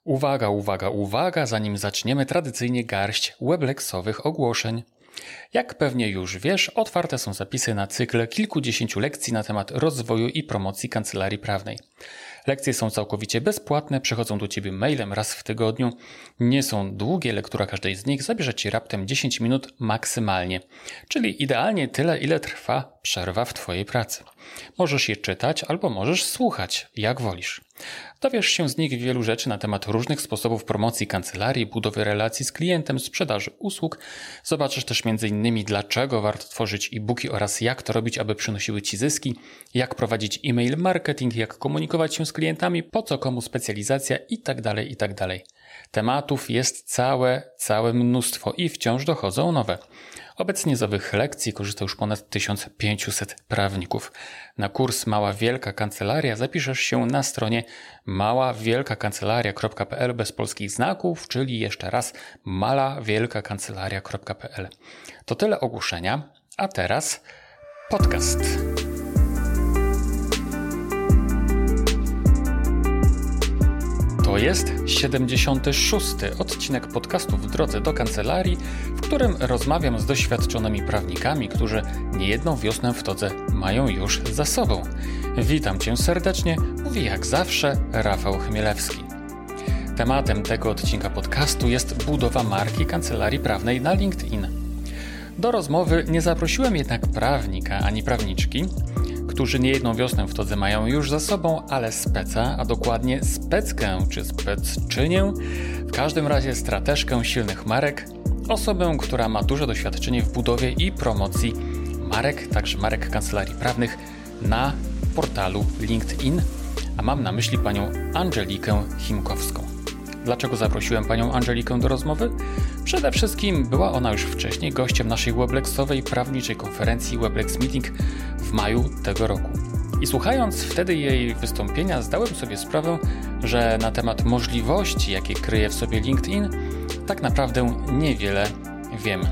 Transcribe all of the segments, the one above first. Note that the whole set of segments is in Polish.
Uwaga, uwaga, uwaga, zanim zaczniemy tradycyjnie garść weblexowych ogłoszeń. Jak pewnie już wiesz, otwarte są zapisy na cykl kilkudziesięciu lekcji na temat rozwoju i promocji kancelarii prawnej. Lekcje są całkowicie bezpłatne, przychodzą do Ciebie mailem raz w tygodniu. Nie są długie, lektura każdej z nich zabierze Ci raptem 10 minut maksymalnie. Czyli idealnie tyle, ile trwa przerwa w Twojej pracy. Możesz je czytać albo możesz słuchać, jak wolisz. Dowiesz się z nich wielu rzeczy na temat różnych sposobów promocji kancelarii, budowy relacji z klientem, sprzedaży usług. Zobaczysz też m.in. dlaczego warto tworzyć e-booki oraz jak to robić, aby przynosiły Ci zyski, jak prowadzić e-mail marketing, jak komunikować się z klientami, po co komu specjalizacja itd., itd. Tematów jest całe mnóstwo i wciąż dochodzą nowe. Obecnie z owych lekcji korzysta już ponad 1500 prawników. Na kurs Mała Wielka Kancelaria zapiszesz się na stronie maławielkakancelaria.pl bez polskich znaków, czyli jeszcze raz malawielkakancelaria.pl. To tyle ogłoszenia, a teraz podcast. To jest 76. odcinek podcastu W drodze do kancelarii, w którym rozmawiam z doświadczonymi prawnikami, którzy niejedną wiosnę w todze mają już za sobą. Witam Cię serdecznie, mówi jak zawsze Rafał Chmielewski. Tematem tego odcinka podcastu jest budowa marki kancelarii prawnej na LinkedIn. Do rozmowy nie zaprosiłem jednak prawnika ani prawniczki, którzy niejedną wiosnę w todze mają już za sobą, ale speca, a dokładnie speckę czy specczynię, w każdym razie strateżkę silnych marek, osobę, która ma duże doświadczenie w budowie i promocji marek, także marek kancelarii prawnych na portalu LinkedIn, a mam na myśli panią Angelikę Chimkowską. Dlaczego zaprosiłem panią Angelikę do rozmowy? Przede wszystkim była ona już wcześniej gościem naszej weblexowej prawniczej konferencji Weblex Meeting w maju tego roku. I słuchając wtedy jej wystąpienia zdałem sobie sprawę, że na temat możliwości, jakie kryje w sobie LinkedIn, tak naprawdę niewiele wiem.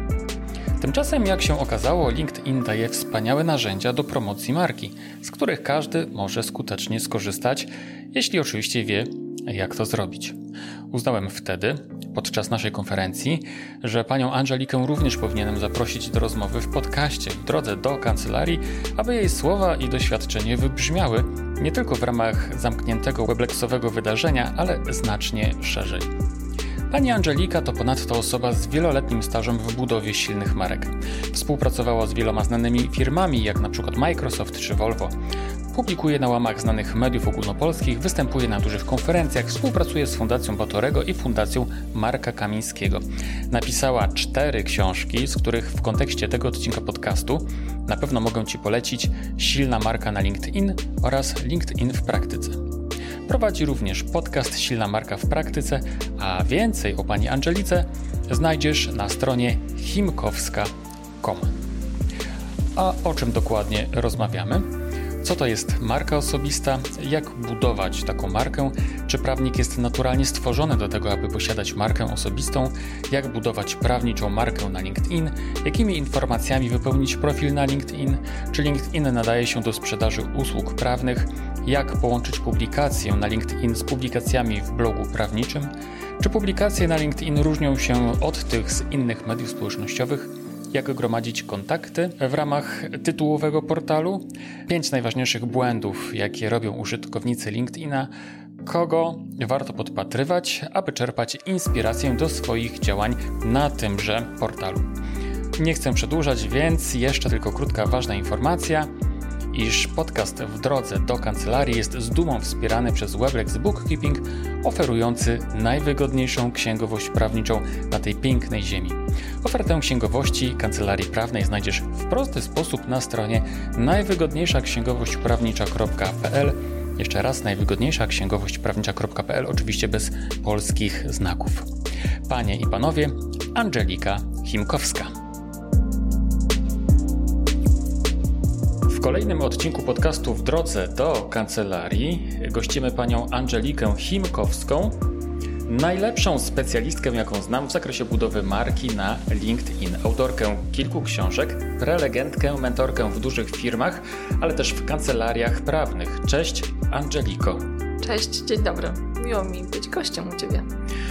Tymczasem, jak się okazało, LinkedIn daje wspaniałe narzędzia do promocji marki, z których każdy może skutecznie skorzystać, jeśli oczywiście wie, jak to zrobić. Uznałem wtedy, podczas naszej konferencji, że panią Angelikę również powinienem zaprosić do rozmowy w podcaście W drodze do kancelarii, aby jej słowa i doświadczenie wybrzmiały nie tylko w ramach zamkniętego weblexowego wydarzenia, ale znacznie szerzej. Pani Angelika to ponadto osoba z wieloletnim stażem w budowie silnych marek. Współpracowała z wieloma znanymi firmami, jak np. Microsoft czy Volvo. Publikuje na łamach znanych mediów ogólnopolskich, występuje na dużych konferencjach, współpracuje z Fundacją Batorego i Fundacją Marka Kamińskiego. Napisała 4 książki, z których w kontekście tego odcinka podcastu na pewno mogę Ci polecić Silna marka na LinkedIn oraz LinkedIn w praktyce. Prowadzi również podcast Silna marka w praktyce, a więcej o pani Angelice znajdziesz na stronie chimkowska.com. A o czym dokładnie rozmawiamy? Co to jest marka osobista? Jak budować taką markę? Czy prawnik jest naturalnie stworzony do tego, aby posiadać markę osobistą? Jak budować prawniczą markę na LinkedIn? Jakimi informacjami wypełnić profil na LinkedIn? Czy LinkedIn nadaje się do sprzedaży usług prawnych? Jak połączyć publikację na LinkedIn z publikacjami w blogu prawniczym? Czy publikacje na LinkedIn różnią się od tych z innych mediów społecznościowych? Jak gromadzić kontakty w ramach tytułowego portalu? 5 najważniejszych błędów, jakie robią użytkownicy LinkedIna. Kogo warto podpatrywać, aby czerpać inspirację do swoich działań na tymże portalu. Nie chcę przedłużać, więc jeszcze tylko krótka, ważna informacja, iż podcast W drodze do kancelarii jest z dumą wspierany przez Weblex Bookkeeping, oferujący najwygodniejszą księgowość prawniczą na tej pięknej ziemi. Ofertę księgowości kancelarii prawnej znajdziesz w prosty sposób na stronie najwygodniejszaksięgowośćprawnicza.pl. Jeszcze raz, najwygodniejszaksięgowośćprawnicza.pl, oczywiście bez polskich znaków. Panie i panowie, Angelika Chimkowska. W kolejnym odcinku podcastu W drodze do kancelarii gościmy panią Angelikę Chimkowską, najlepszą specjalistkę, jaką znam w zakresie budowy marki na LinkedIn. Autorkę kilku książek, prelegentkę, mentorkę w dużych firmach, ale też w kancelariach prawnych. Cześć Angeliko. Cześć, dzień dobry. Miło mi być gościem u Ciebie.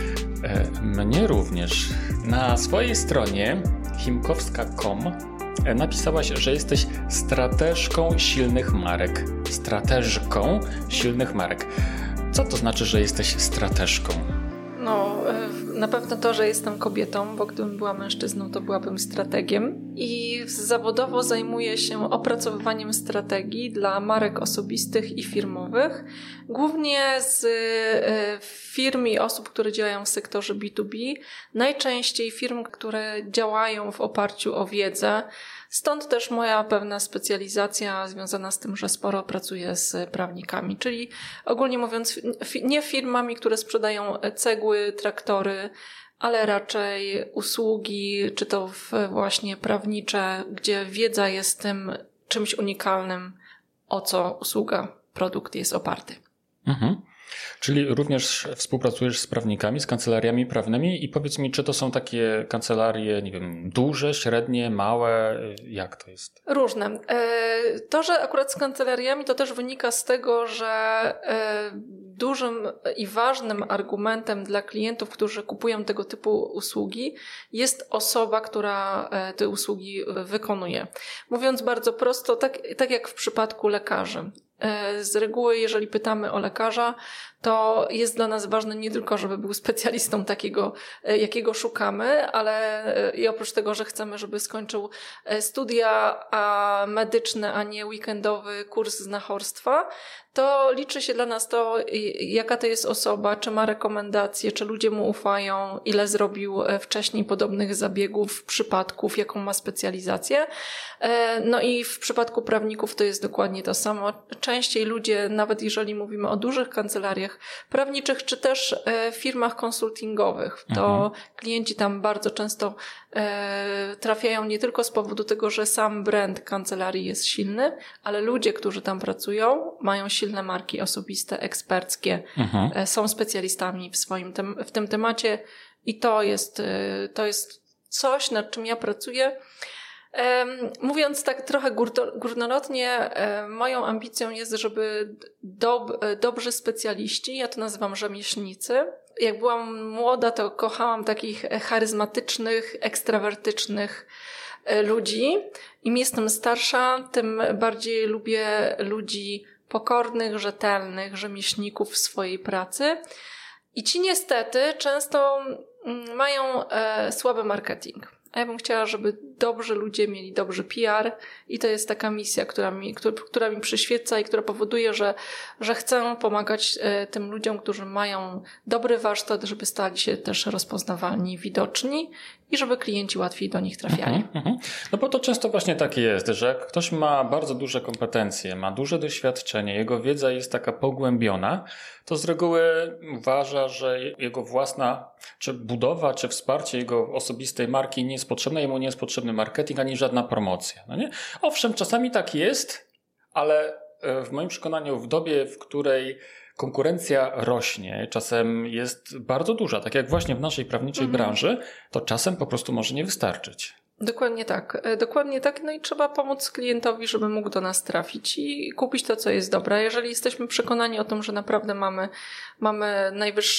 Mnie również. Na swojej stronie himkowska.com napisałaś, że jesteś strateżką silnych marek. Strateżką silnych marek. Co to znaczy, że jesteś strateżką? No, na pewno to, że jestem kobietą, bo gdybym była mężczyzną, to byłabym strategiem. I zawodowo zajmuję się opracowywaniem strategii dla marek osobistych i firmowych, głównie z firm i osób, które działają w sektorze B2B, najczęściej firm, które działają w oparciu o wiedzę. Stąd też moja pewna specjalizacja związana z tym, że sporo pracuję z prawnikami, czyli ogólnie mówiąc nie firmami, które sprzedają cegły, traktory, ale raczej usługi, czy to właśnie prawnicze, gdzie wiedza jest tym czymś unikalnym, o co usługa, produkt jest oparty. Mhm. Czyli również współpracujesz z prawnikami, z kancelariami prawnymi i powiedz mi, czy to są takie kancelarie, nie wiem, duże, średnie, małe, jak to jest? Różne. To, że akurat z kancelariami to też wynika z tego, że dużym i ważnym argumentem dla klientów, którzy kupują tego typu usługi, jest osoba, która te usługi wykonuje. Mówiąc bardzo prosto, tak jak w przypadku lekarzy. Z reguły, jeżeli pytamy o lekarza, to jest dla nas ważne nie tylko, żeby był specjalistą takiego, jakiego szukamy, ale i oprócz tego, że chcemy, żeby skończył studia medyczne, a nie weekendowy kurs znachorstwa, to liczy się dla nas to, jaka to jest osoba, czy ma rekomendacje, czy ludzie mu ufają, ile zrobił wcześniej podobnych zabiegów, przypadków, jaką ma specjalizację. No i w przypadku prawników to jest dokładnie to samo. Częściej ludzie, nawet jeżeli mówimy o dużych kancelariach prawniczych, czy też firmach konsultingowych, to klienci tam bardzo często trafiają nie tylko z powodu tego, że sam brand kancelarii jest silny, ale ludzie, którzy tam pracują, mają silne marki osobiste, eksperckie, są specjalistami w tym temacie i to jest coś, nad czym ja pracuję. Mówiąc tak trochę górnolotnie, moją ambicją jest, żeby dobrzy specjaliści, ja to nazywam rzemieślnicy. Jak byłam młoda, to kochałam takich charyzmatycznych, ekstrawertycznych ludzi. Im jestem starsza, tym bardziej lubię ludzi pokornych, rzetelnych, rzemieślników w swojej pracy. I ci niestety często mają słaby marketing. A ja bym chciała, żeby dobrzy ludzie mieli dobry PR i to jest taka misja, która mi przyświeca i która powoduje, że chcę pomagać tym ludziom, którzy mają dobry warsztat, żeby stali się też rozpoznawalni, widoczni i żeby klienci łatwiej do nich trafiali. No bo to często właśnie tak jest, że jak ktoś ma bardzo duże kompetencje, ma duże doświadczenie, jego wiedza jest taka pogłębiona, to z reguły uważa, że jego własna, czy budowa, czy wsparcie jego osobistej marki nie jest potrzebne, jemu nie jest potrzebny marketing, ani żadna promocja. No nie? Owszem, czasami tak jest, ale w moim przekonaniu w dobie, w której konkurencja rośnie, czasem jest bardzo duża, tak jak właśnie w naszej prawniczej branży, to czasem po prostu może nie wystarczyć. Dokładnie tak. No i trzeba pomóc klientowi, żeby mógł do nas trafić i kupić to, co jest dobre. Jeżeli jesteśmy przekonani o tym, że naprawdę mamy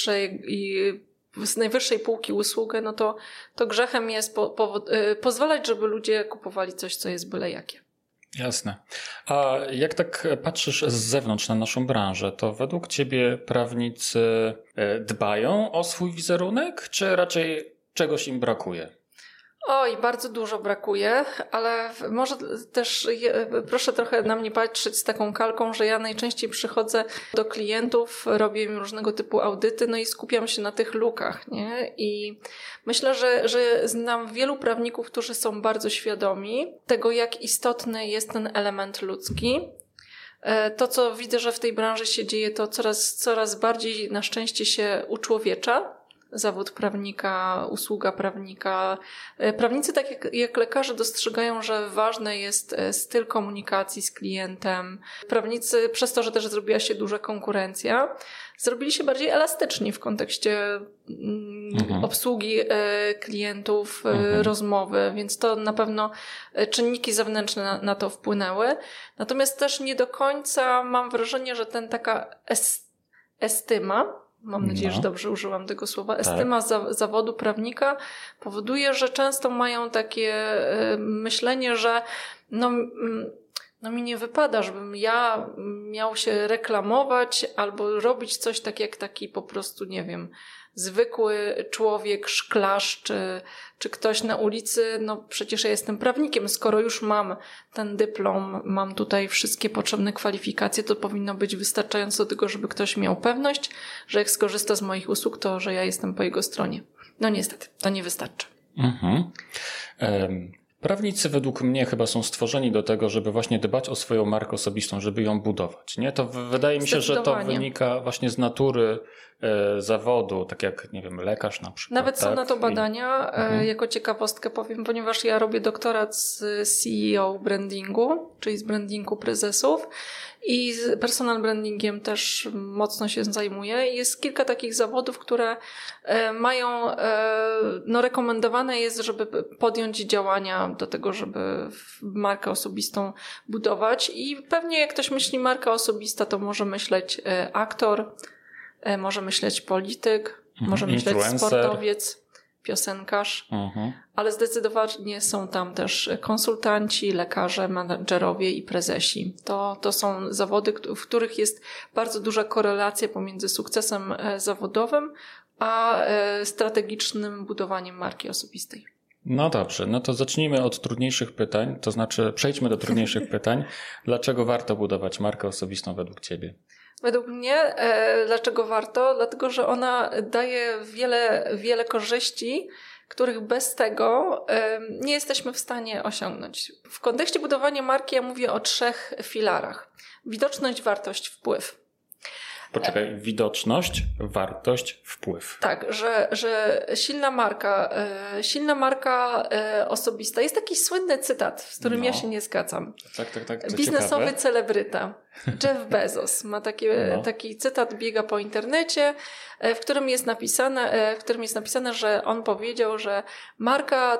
z najwyższej półki usługę, no to grzechem jest pozwalać, żeby ludzie kupowali coś, co jest byle jakie. Jasne. A jak tak patrzysz z zewnątrz na naszą branżę, to według Ciebie prawnicy dbają o swój wizerunek, czy raczej czegoś im brakuje? Oj, bardzo dużo brakuje, ale może też proszę trochę na mnie patrzeć z taką kalką, że ja najczęściej przychodzę do klientów, robię im różnego typu audyty, no i skupiam się na tych lukach, nie? I myślę, że znam wielu prawników, którzy są bardzo świadomi tego, jak istotny jest ten element ludzki. To, co widzę, że w tej branży się dzieje, to coraz bardziej na szczęście się uczłowiecza. Zawód prawnika, usługa prawnika. Prawnicy, tak jak lekarze, dostrzegają, że ważny jest styl komunikacji z klientem. Prawnicy, przez to, że też zrobiła się duża konkurencja, zrobili się bardziej elastyczni w kontekście obsługi klientów, rozmowy, więc to na pewno czynniki zewnętrzne na to wpłynęły. Natomiast też nie do końca mam wrażenie, że taka estyma mam nadzieję, że dobrze użyłam tego słowa, estyma zawodu prawnika powoduje, że często mają takie myślenie, że no mi nie wypada, żebym ja miał się reklamować albo robić coś tak jak taki po prostu, nie wiem, zwykły człowiek, szklarz czy ktoś na ulicy. No przecież ja jestem prawnikiem, skoro już mam ten dyplom, mam tutaj wszystkie potrzebne kwalifikacje, to powinno być wystarczająco do tego, żeby ktoś miał pewność, że jak skorzysta z moich usług, to że ja jestem po jego stronie. No niestety, to nie wystarczy. Prawnicy według mnie chyba są stworzeni do tego, żeby właśnie dbać o swoją markę osobistą, żeby ją budować. Nie? To wydaje mi się, że to wynika właśnie z natury zawodu, tak jak, nie wiem, lekarz na przykład. Nawet są na to badania, jako ciekawostkę powiem, ponieważ ja robię doktorat z CEO brandingu, czyli z brandingu prezesów i z personal brandingiem też mocno się zajmuję. Jest kilka takich zawodów, które mają, no rekomendowane jest, żeby podjąć działania do tego, żeby markę osobistą budować i pewnie jak ktoś myśli marka osobista, to może myśleć aktor, może myśleć polityk, może myśleć sportowiec, piosenkarz, ale zdecydowanie są tam też konsultanci, lekarze, menedżerowie i prezesi. To są zawody, w których jest bardzo duża korelacja pomiędzy sukcesem zawodowym a strategicznym budowaniem marki osobistej. No dobrze, no to zacznijmy od trudniejszych pytań, to znaczy przejdźmy do trudniejszych pytań. Dlaczego warto budować markę osobistą według Ciebie? Według mnie, dlaczego warto? Dlatego, że ona daje wiele korzyści, których bez tego nie jesteśmy w stanie osiągnąć. W kontekście budowania marki ja mówię o 3 filarach. Widoczność, wartość, wpływ. Poczekaj, widoczność, wartość, wpływ. Tak, że silna marka osobista. Jest taki słynny cytat, z którym ja się nie zgadzam. Tak. Biznesowy ciekawe. celebryta. Jeff Bezos ma taki cytat, biega po internecie, w którym jest napisane, że on powiedział, że marka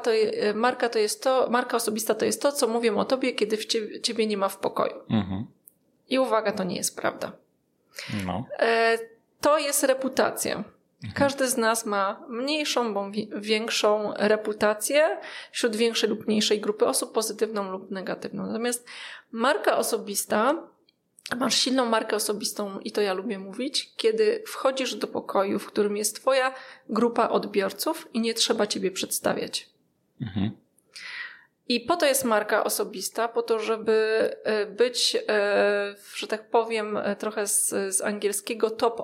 osobista to jest to, co mówią o tobie, kiedy ciebie nie ma w pokoju. I uwaga, to nie jest prawda. No. To jest reputacja. Każdy z nas ma mniejszą bądź większą reputację wśród większej lub mniejszej grupy osób, pozytywną lub negatywną. Natomiast marka osobista, masz silną markę osobistą i to ja lubię mówić, kiedy wchodzisz do pokoju, w którym jest twoja grupa odbiorców i nie trzeba ciebie przedstawiać. I po to jest marka osobista, po to, żeby być, że tak powiem, trochę z angielskiego top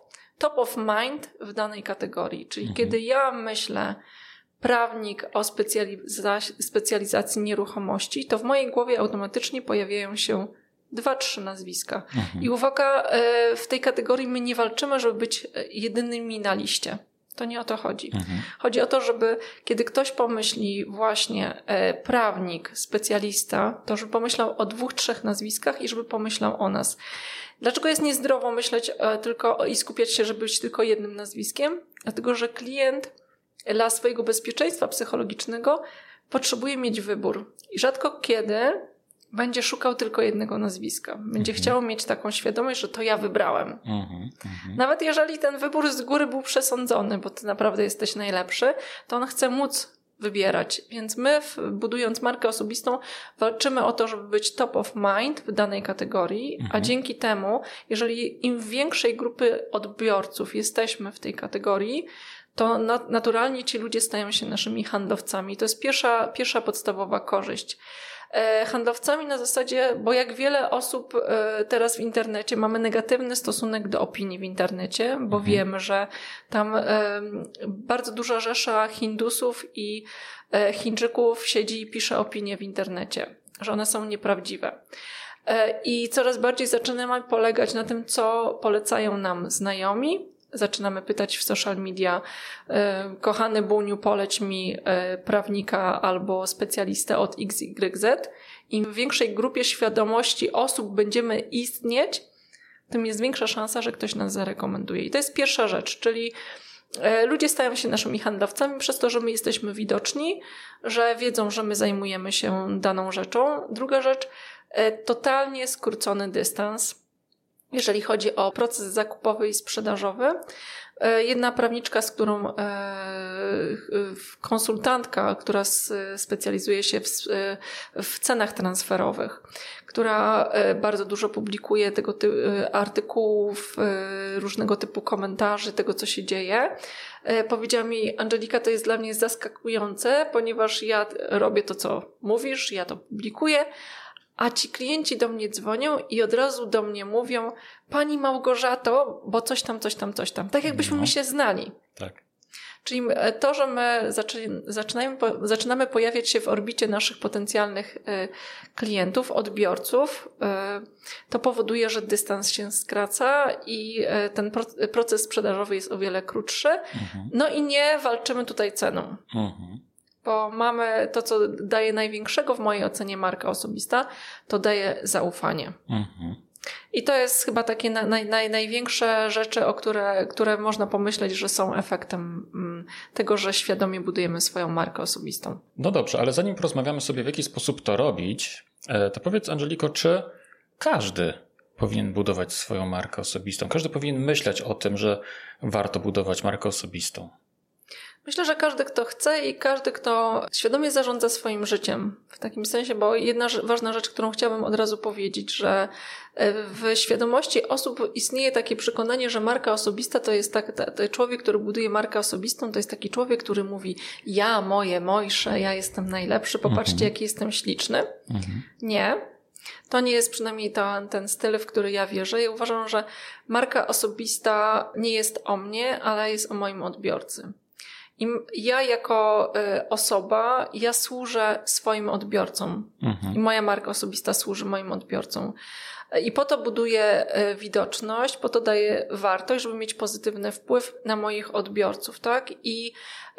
of mind w danej kategorii. Czyli kiedy ja myślę prawnik o specjalizacji nieruchomości, to w mojej głowie automatycznie pojawiają się 2-3 nazwiska. I uwaga, w tej kategorii my nie walczymy, żeby być jedynymi na liście. To nie o to chodzi. Chodzi o to, żeby kiedy ktoś pomyśli właśnie prawnik, specjalista, to żeby pomyślał o 2-3 nazwiskach i żeby pomyślał o nas. Dlaczego jest niezdrowo myśleć tylko i skupiać się, żeby być tylko jednym nazwiskiem? Dlatego, że klient dla swojego bezpieczeństwa psychologicznego potrzebuje mieć wybór. I rzadko kiedy będzie szukał tylko jednego nazwiska. Będzie chciał mieć taką świadomość, że to ja wybrałem. Nawet jeżeli ten wybór z góry był przesądzony, bo ty naprawdę jesteś najlepszy, to on chce móc wybierać. Więc my, budując markę osobistą, walczymy o to, żeby być top of mind w danej kategorii, a dzięki temu, jeżeli im większej grupy odbiorców jesteśmy w tej kategorii, to naturalnie ci ludzie stają się naszymi handlowcami. To jest pierwsza podstawowa korzyść. Handlowcami na zasadzie, bo jak wiele osób teraz w internecie mamy negatywny stosunek do opinii w internecie, bo wiemy, że tam bardzo duża rzesza Hindusów i Chińczyków siedzi i pisze opinie w internecie, że one są nieprawdziwe. I coraz bardziej zaczynamy polegać na tym, co polecają nam znajomi. Zaczynamy pytać w social media, kochany Buniu, poleć mi prawnika albo specjalistę od XYZ. Im w większej grupie świadomości osób będziemy istnieć, tym jest większa szansa, że ktoś nas zarekomenduje. I to jest pierwsza rzecz, czyli ludzie stają się naszymi handlowcami przez to, że my jesteśmy widoczni, że wiedzą, że my zajmujemy się daną rzeczą. Druga rzecz, totalnie skrócony dystans. jeżeli chodzi o proces zakupowy i sprzedażowy. Jedna prawniczka, z którą konsultantka, która specjalizuje się w cenach transferowych, która bardzo dużo publikuje tego typu artykułów, różnego typu komentarzy tego, co się dzieje, powiedziała mi: Angelika, to jest dla mnie zaskakujące, ponieważ ja robię to, co mówisz, ja to publikuję, a ci klienci do mnie dzwonią i od razu do mnie mówią: pani Małgorzato, bo coś tam. Tak jakbyśmy my się znali. Tak. Czyli to, że my zaczynamy pojawiać się w orbicie naszych potencjalnych klientów, odbiorców, to powoduje, że dystans się skraca i ten proces sprzedażowy jest o wiele krótszy. No i nie walczymy tutaj ceną. Bo mamy to, co daje największego w mojej ocenie marka osobista, to daje zaufanie. I to jest chyba takie największe rzeczy, o które można pomyśleć, że są efektem tego, że świadomie budujemy swoją markę osobistą. No dobrze, ale zanim porozmawiamy sobie, w jaki sposób to robić, to powiedz, Angeliko, czy każdy powinien budować swoją markę osobistą? Każdy powinien myśleć o tym, że warto budować markę osobistą? Myślę, że każdy, kto chce i każdy, kto świadomie zarządza swoim życiem. W takim sensie, bo jedna ważna rzecz, którą chciałabym od razu powiedzieć, że w świadomości osób istnieje takie przekonanie, że marka osobista to jest człowiek, który buduje markę osobistą, to jest taki człowiek, który mówi: ja, mojsze, ja jestem najlepszy, popatrzcie, jaki jestem śliczny. Nie. To nie jest przynajmniej ten styl, w który ja wierzę. Ja uważam, że marka osobista nie jest o mnie, ale jest o moim odbiorcy. I ja jako osoba, ja służę swoim odbiorcom. I moja marka osobista służy moim odbiorcom. I po to buduję widoczność, po to daję wartość, żeby mieć pozytywny wpływ na moich odbiorców, tak? I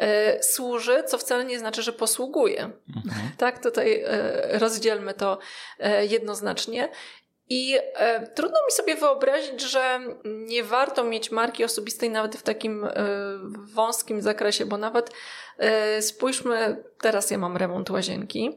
służy, co wcale nie znaczy, że posługuje. Tak? Tutaj rozdzielmy to jednoznacznie. I trudno mi sobie wyobrazić, że nie warto mieć marki osobistej nawet w takim wąskim zakresie, bo nawet spójrzmy, teraz ja mam remont łazienki,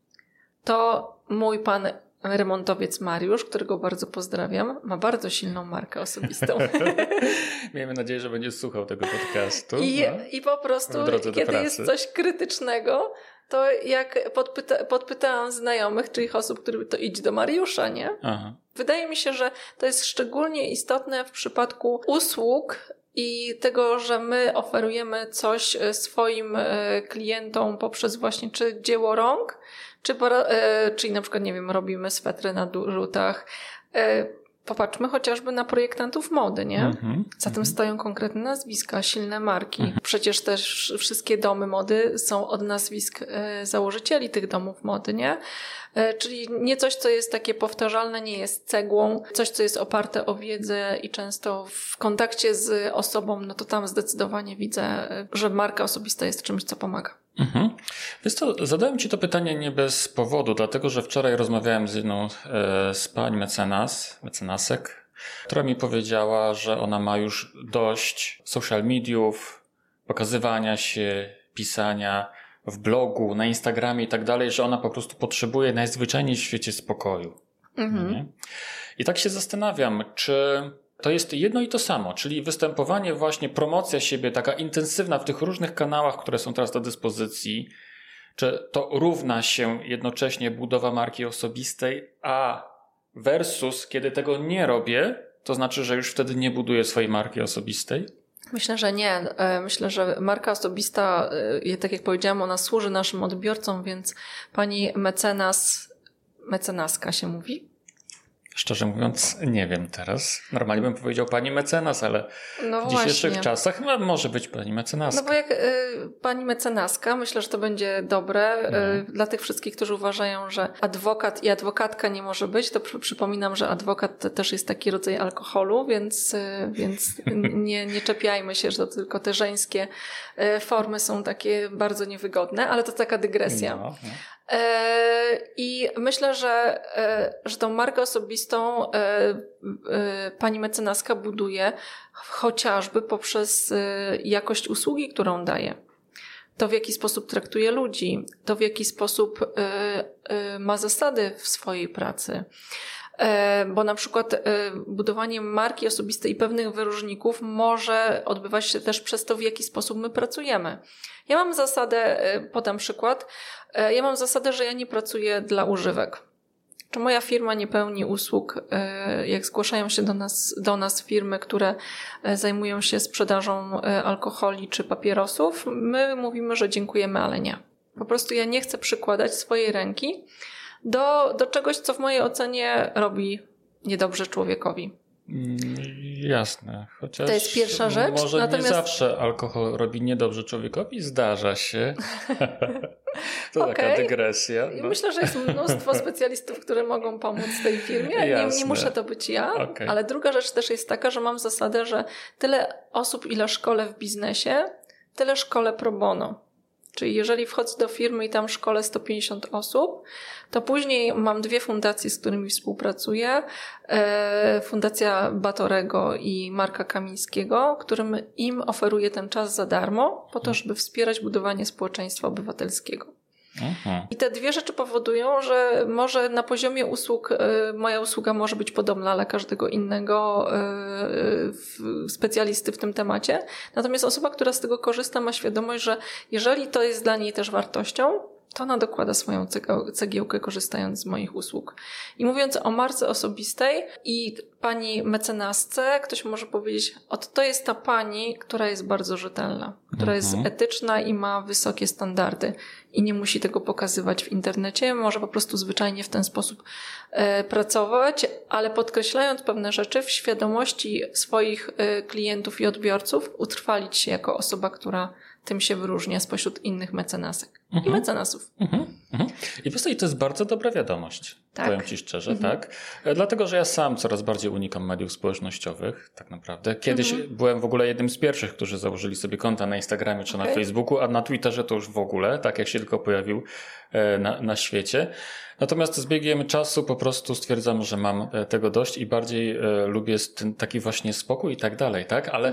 to mój pan remontowiec Mariusz, którego bardzo pozdrawiam, ma bardzo silną markę osobistą. Miejmy nadzieję, że będzie słuchał tego podcastu. I po prostu, kiedy jest coś krytycznego, to jak podpytałam znajomych, czy ich osób, które to idź do Mariusza, nie? Wydaje mi się, że to jest szczególnie istotne w przypadku usług i tego, że my oferujemy coś swoim klientom poprzez właśnie czy dzieło rąk, czyli na przykład, nie wiem, robimy swetry na rzutach. Popatrzmy chociażby na projektantów mody, nie? Za tym stoją konkretne nazwiska, silne marki. Przecież też wszystkie domy mody są od nazwisk założycieli tych domów mody, nie? Czyli nie coś, co jest takie powtarzalne, nie jest cegłą, coś, co jest oparte o wiedzę i często w kontakcie z osobą, no to tam zdecydowanie widzę, że marka osobista jest czymś, co pomaga. Wiesz co, zadałem Ci to pytanie nie bez powodu, dlatego że wczoraj rozmawiałem z jedną z pań mecenasek, która mi powiedziała, że ona ma już dość social mediów, pokazywania się, pisania w blogu, na Instagramie i tak dalej, że ona po prostu potrzebuje najzwyczajniej w świecie spokoju. I tak się zastanawiam, czy to jest jedno i to samo, czyli występowanie, właśnie promocja siebie taka intensywna w tych różnych kanałach, które są teraz do dyspozycji, czy to równa się jednocześnie budowa marki osobistej, a versus kiedy tego nie robię, to znaczy, że już wtedy nie buduję swojej marki osobistej? Myślę, że nie. Myślę, że marka osobista, tak jak powiedziałam, ona służy naszym odbiorcom, więc pani mecenaska się mówi? Szczerze mówiąc, nie wiem teraz. Normalnie bym powiedział pani mecenas, ale w dzisiejszych czasach chyba może być pani mecenaska. No bo jak pani mecenaska, myślę, że to będzie dobre dla tych wszystkich, którzy uważają, że adwokat i adwokatka nie może być, to przypominam, że adwokat to też jest taki rodzaj alkoholu, więc nie czepiajmy się, że to tylko te żeńskie formy są takie bardzo niewygodne, ale to taka dygresja. I myślę, że tą markę osobistą pani mecenaska buduje chociażby poprzez jakość usługi, którą daje. To, w jaki sposób traktuje ludzi, to, w jaki sposób ma zasady w swojej pracy. bo na przykład budowanie marki osobistej i pewnych wyróżników może odbywać się też przez to, w jaki sposób my pracujemy. Ja mam zasadę, podam przykład, ja mam zasadę, że ja nie pracuję dla używek. Czy moja firma nie pełni usług, jak zgłaszają się do nas firmy, które zajmują się sprzedażą alkoholi czy papierosów, my mówimy, że dziękujemy, ale nie. Po prostu ja nie chcę przykładać swojej ręki do czegoś, co w mojej ocenie robi niedobrze człowiekowi. Jasne, chociaż to jest pierwsza rzecz. Może natomiast... nie zawsze alkohol robi niedobrze człowiekowi, zdarza się. To taka dygresja. No. Myślę, że jest mnóstwo specjalistów, które mogą pomóc tej firmie. Nie muszę to być ja, ale druga rzecz też jest taka, że mam zasadę, że tyle osób, ile szkolę w biznesie, tyle szkolę pro bono. Czyli jeżeli wchodzę do firmy i tam szkolę 150 osób, to później mam 2 fundacje, z którymi współpracuję. Fundacja Batorego i Marka Kamińskiego, którym im oferuję ten czas za darmo, po to, żeby wspierać budowanie społeczeństwa obywatelskiego. I te 2 rzeczy powodują, że może na poziomie usług moja usługa może być podobna dla każdego innego specjalisty w tym temacie. Natomiast osoba, która z tego korzysta, ma świadomość, że jeżeli to jest dla niej też wartością, to ona dokłada swoją cegiełkę, korzystając z moich usług. I mówiąc o marce osobistej i pani mecenasce, ktoś może powiedzieć, to jest ta pani, która jest bardzo rzetelna, która jest etyczna i ma wysokie standardy i nie musi tego pokazywać w internecie, może po prostu zwyczajnie w ten sposób pracować, ale podkreślając pewne rzeczy w świadomości swoich klientów i odbiorców, utrwalić się jako osoba, która tym się wyróżnia spośród innych mecenasek i mecenasów. I po to jest bardzo dobra wiadomość, powiem Ci szczerze, tak? Dlatego, że ja sam coraz bardziej unikam mediów społecznościowych, tak naprawdę. Kiedyś byłem w ogóle jednym z pierwszych, którzy założyli sobie konta na Instagramie czy na Facebooku, a na Twitterze to już w ogóle, tak jak się tylko pojawił na świecie. Natomiast z biegiem czasu po prostu stwierdzam, że mam tego dość i bardziej lubię ten taki właśnie spokój i tak dalej, tak? Ale...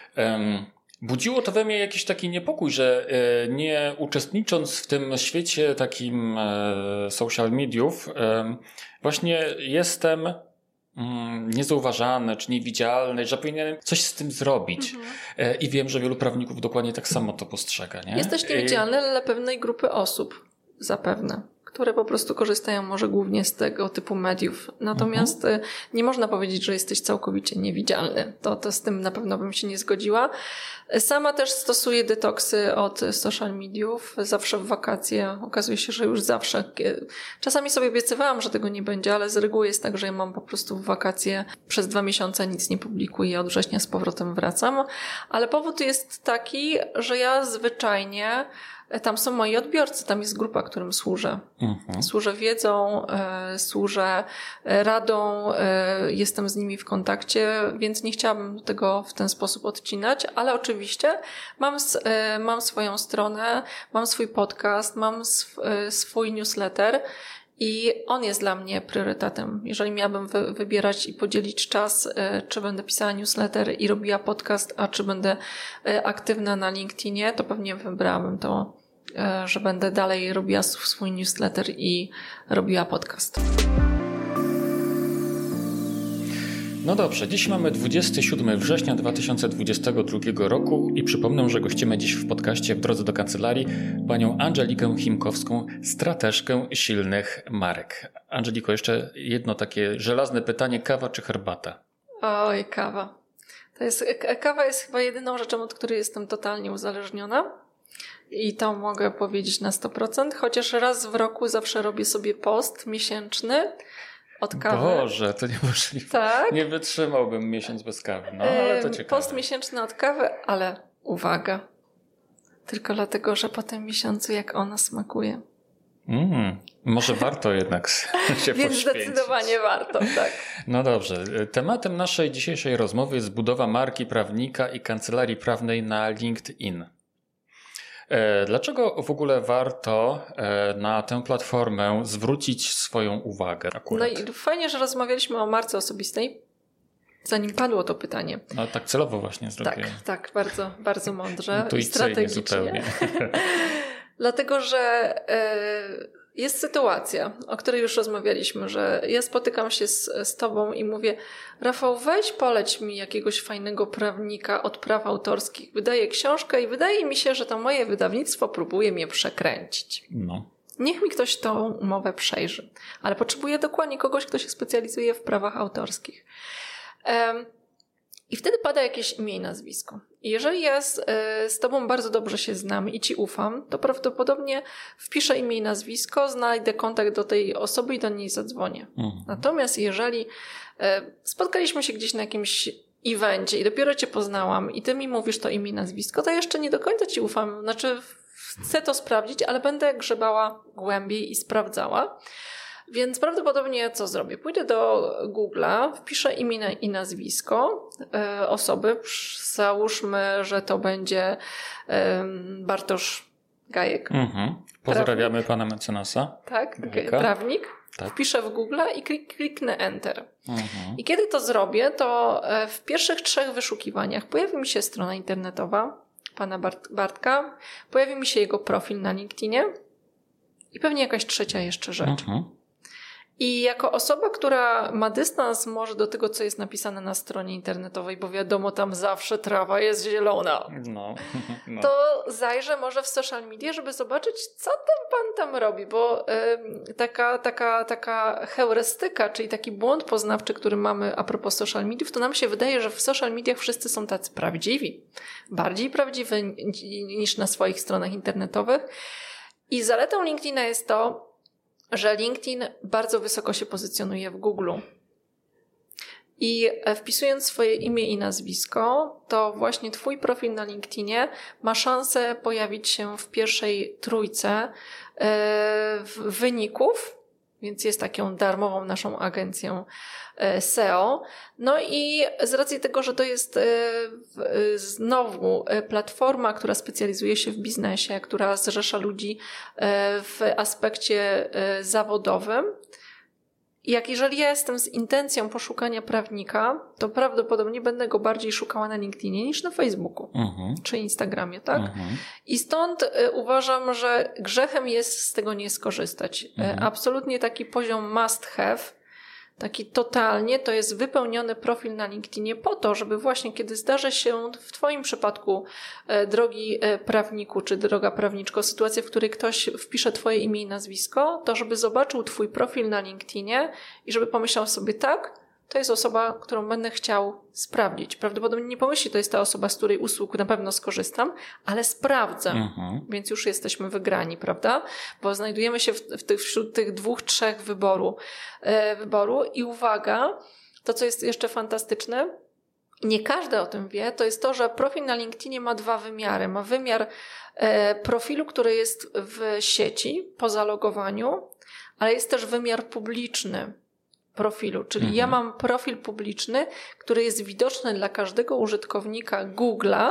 budziło to we mnie jakiś taki niepokój, że nie uczestnicząc w tym świecie takim social mediów, właśnie jestem niezauważany czy niewidzialny, że powinienem coś z tym zrobić. I wiem, że wielu prawników dokładnie tak samo to postrzega. Nie? Jesteś niewidzialny dla pewnej grupy osób, zapewne, które po prostu korzystają może głównie z tego typu mediów. Natomiast nie można powiedzieć, że jesteś całkowicie niewidzialny. To z tym na pewno bym się nie zgodziła. Sama też stosuję detoksy od social mediów. Zawsze w wakacje. Okazuje się, że już zawsze. Czasami sobie obiecywałam, że tego nie będzie, ale z reguły jest tak, że ja mam po prostu w wakacje przez 2 miesiące nic nie publikuję. Od września z powrotem wracam. Ale powód jest taki, że ja zwyczajnie... Tam są moi odbiorcy, tam jest grupa, którym służę. Służę wiedzą, służę radą, jestem z nimi w kontakcie, więc nie chciałabym tego w ten sposób odcinać, ale oczywiście mam swoją stronę, mam swój podcast, mam swój newsletter i on jest dla mnie priorytetem. Jeżeli miałabym wybierać i podzielić czas, czy będę pisała newsletter i robiła podcast, a czy będę aktywna na LinkedInie, to pewnie wybrałabym to, że będę dalej robiła swój newsletter i robiła podcast. No dobrze, dziś mamy 27 września 2022 roku i przypomnę, że gościmy dziś w podcaście W drodze do kancelarii panią Angelikę Chimkowską, strateżkę silnych marek. Angeliko, jeszcze jedno takie żelazne pytanie, kawa czy herbata? Oj, kawa. Kawa jest chyba jedyną rzeczą, od której jestem totalnie uzależniona. I to mogę powiedzieć na 100%, chociaż raz w roku zawsze robię sobie post miesięczny od kawy. Boże, to niemożliwe. Tak? Nie wytrzymałbym miesiąc bez kawy, no ale to ciekawe. Post miesięczny od kawy, ale uwaga, tylko dlatego, że po tym miesiącu jak ona smakuje. Może warto jednak się Więc poświęcić. zdecydowanie warto, tak. No dobrze. Tematem naszej dzisiejszej rozmowy jest budowa marki prawnika i kancelarii prawnej na LinkedIn. Dlaczego w ogóle warto na tę platformę zwrócić swoją uwagę akurat? No i fajnie, że rozmawialiśmy o marce osobistej, zanim padło to pytanie. No tak celowo właśnie zrobiłem. Tak, bardzo, bardzo mądrze i strategicznie strategicznie. zupełnie. Dlatego, że jest sytuacja, o której już rozmawialiśmy, że ja spotykam się z tobą i mówię: Rafał, weź poleć mi jakiegoś fajnego prawnika od praw autorskich. Wydaję książkę i wydaje mi się, że to moje wydawnictwo próbuje mnie przekręcić. No. Niech mi ktoś tą umowę przejrzy. Ale potrzebuję dokładnie kogoś, kto się specjalizuje w prawach autorskich. I wtedy pada jakieś imię i nazwisko. I jeżeli ja z tobą bardzo dobrze się znam i ci ufam, to prawdopodobnie wpiszę imię i nazwisko, znajdę kontakt do tej osoby i do niej zadzwonię. Natomiast jeżeli spotkaliśmy się gdzieś na jakimś evencie i dopiero cię poznałam i ty mi mówisz to imię i nazwisko, to jeszcze nie do końca ci ufam. Znaczy chcę to sprawdzić, ale będę grzebała głębiej i sprawdzała. Więc prawdopodobnie co zrobię? Pójdę do Google'a, wpiszę imię i nazwisko osoby. Załóżmy, że to będzie Bartosz Gajek. Pozdrawiamy pana mecenasa. Tak, Gajeka. Prawnik. Tak. Wpiszę w Google'a i kliknę Enter. I kiedy to zrobię, to w pierwszych 3 wyszukiwaniach pojawi mi się strona internetowa pana Bartka, pojawi mi się jego profil na LinkedInie i pewnie jakaś trzecia jeszcze rzecz. I jako osoba, która ma dystans może do tego, co jest napisane na stronie internetowej, bo wiadomo, tam zawsze trawa jest zielona, to zajrzę może w social media, żeby zobaczyć, co ten pan tam robi, bo taka heurystyka, czyli taki błąd poznawczy, który mamy a propos social mediów, to nam się wydaje, że w social mediach wszyscy są tacy prawdziwi, bardziej prawdziwi niż na swoich stronach internetowych. I zaletą LinkedIna jest to, że LinkedIn bardzo wysoko się pozycjonuje w Google. I wpisując swoje imię i nazwisko, to właśnie twój profil na LinkedInie ma szansę pojawić się w pierwszej trójce wyników, więc jest taką darmową naszą agencją SEO. No i z racji tego, że to jest znowu platforma, która specjalizuje się w biznesie, która zrzesza ludzi w aspekcie zawodowym, jeżeli ja jestem z intencją poszukania prawnika, to prawdopodobnie będę go bardziej szukała na LinkedInie niż na Facebooku czy Instagramie, tak? I stąd uważam, że grzechem jest z tego nie skorzystać. Absolutnie taki poziom must have, taki totalnie, to jest wypełniony profil na LinkedInie po to, żeby właśnie kiedy zdarzy się w twoim przypadku, drogi prawniku czy droga prawniczko, sytuacja, w której ktoś wpisze twoje imię i nazwisko, to żeby zobaczył twój profil na LinkedInie i żeby pomyślał sobie: tak, to jest osoba, którą będę chciał sprawdzić. Prawdopodobnie nie pomyśli, to jest ta osoba, z której usług na pewno skorzystam, ale sprawdzę. Więc już jesteśmy wygrani, prawda? Bo znajdujemy się wśród tych 2-3 wyboru. I uwaga, to co jest jeszcze fantastyczne, nie każdy o tym wie, to jest to, że profil na LinkedInie ma 2 wymiary. Ma wymiar profilu, który jest w sieci po zalogowaniu, ale jest też wymiar publiczny profilu, czyli ja mam profil publiczny, który jest widoczny dla każdego użytkownika Google'a,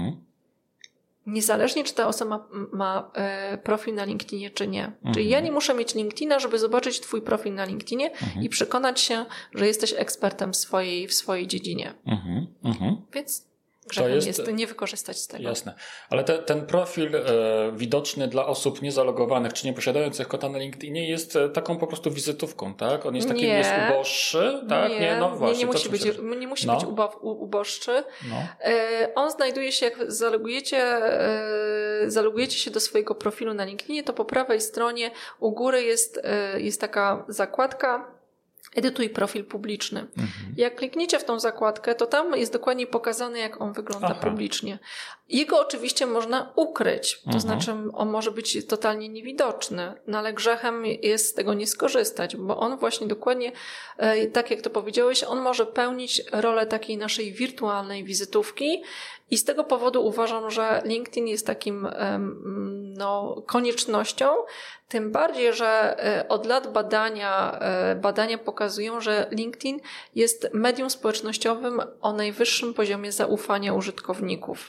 niezależnie czy ta osoba ma profil na LinkedInie, czy nie. Czyli ja nie muszę mieć LinkedIna, żeby zobaczyć twój profil na LinkedInie i przekonać się, że jesteś ekspertem w swojej dziedzinie. Więc grzechem jest nie wykorzystać z tego. Jasne. Ale ten profil widoczny dla osób niezalogowanych, czy nie posiadających konta na LinkedInie jest taką po prostu wizytówką, tak? On jest taki jest uboższy, tak? No właśnie. Nie musi być uboższy. On znajduje się, jak zalogujecie się do swojego profilu na LinkedInie, to po prawej stronie u góry jest taka zakładka Edytuj profil publiczny. Jak klikniecie w tą zakładkę, to tam jest dokładnie pokazane, jak on wygląda publicznie. Jego oczywiście można ukryć, to znaczy on może być totalnie niewidoczny, no ale grzechem jest z tego nie skorzystać, bo on właśnie dokładnie, tak jak to powiedziałeś, on może pełnić rolę takiej naszej wirtualnej wizytówki i z tego powodu uważam, że LinkedIn jest takim koniecznością, tym bardziej, że od lat badania pokazują, że LinkedIn jest medium społecznościowym o najwyższym poziomie zaufania użytkowników.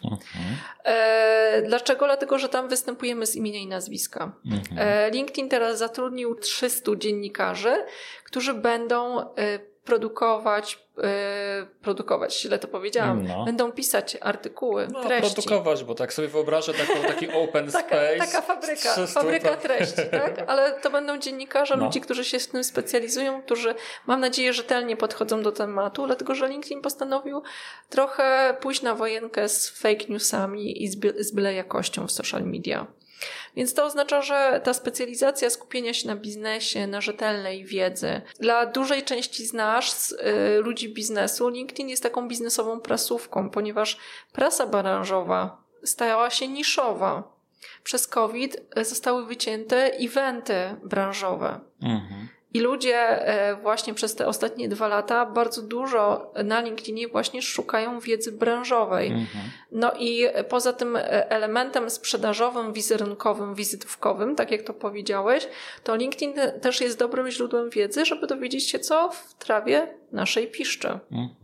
Dlaczego? Dlatego, że tam występujemy z imienia i nazwiska. LinkedIn teraz zatrudnił 300 dziennikarzy, którzy będą produkować, źle to powiedziałam, będą pisać artykuły, treści. Produkować, bo tak sobie wyobrażę taki open space. Taka fabryka treści, tak? Ale to będą dziennikarze, ludzi, którzy się w tym specjalizują, którzy, mam nadzieję, rzetelnie podchodzą do tematu, dlatego że LinkedIn postanowił trochę pójść na wojenkę z fake newsami i z byle jakością w social media. Więc to oznacza, że ta specjalizacja skupienia się na biznesie, na rzetelnej wiedzy. Dla dużej części z nas, ludzi biznesu, LinkedIn jest taką biznesową prasówką, ponieważ prasa branżowa stała się niszowa. Przez COVID zostały wycięte eventy branżowe. I ludzie właśnie przez te ostatnie 2 lata bardzo dużo na LinkedInie właśnie szukają wiedzy branżowej. No i poza tym elementem sprzedażowym, wizerunkowym, wizytówkowym, tak jak to powiedziałeś, to LinkedIn też jest dobrym źródłem wiedzy, żeby dowiedzieć się, co w trawie naszej piszczy.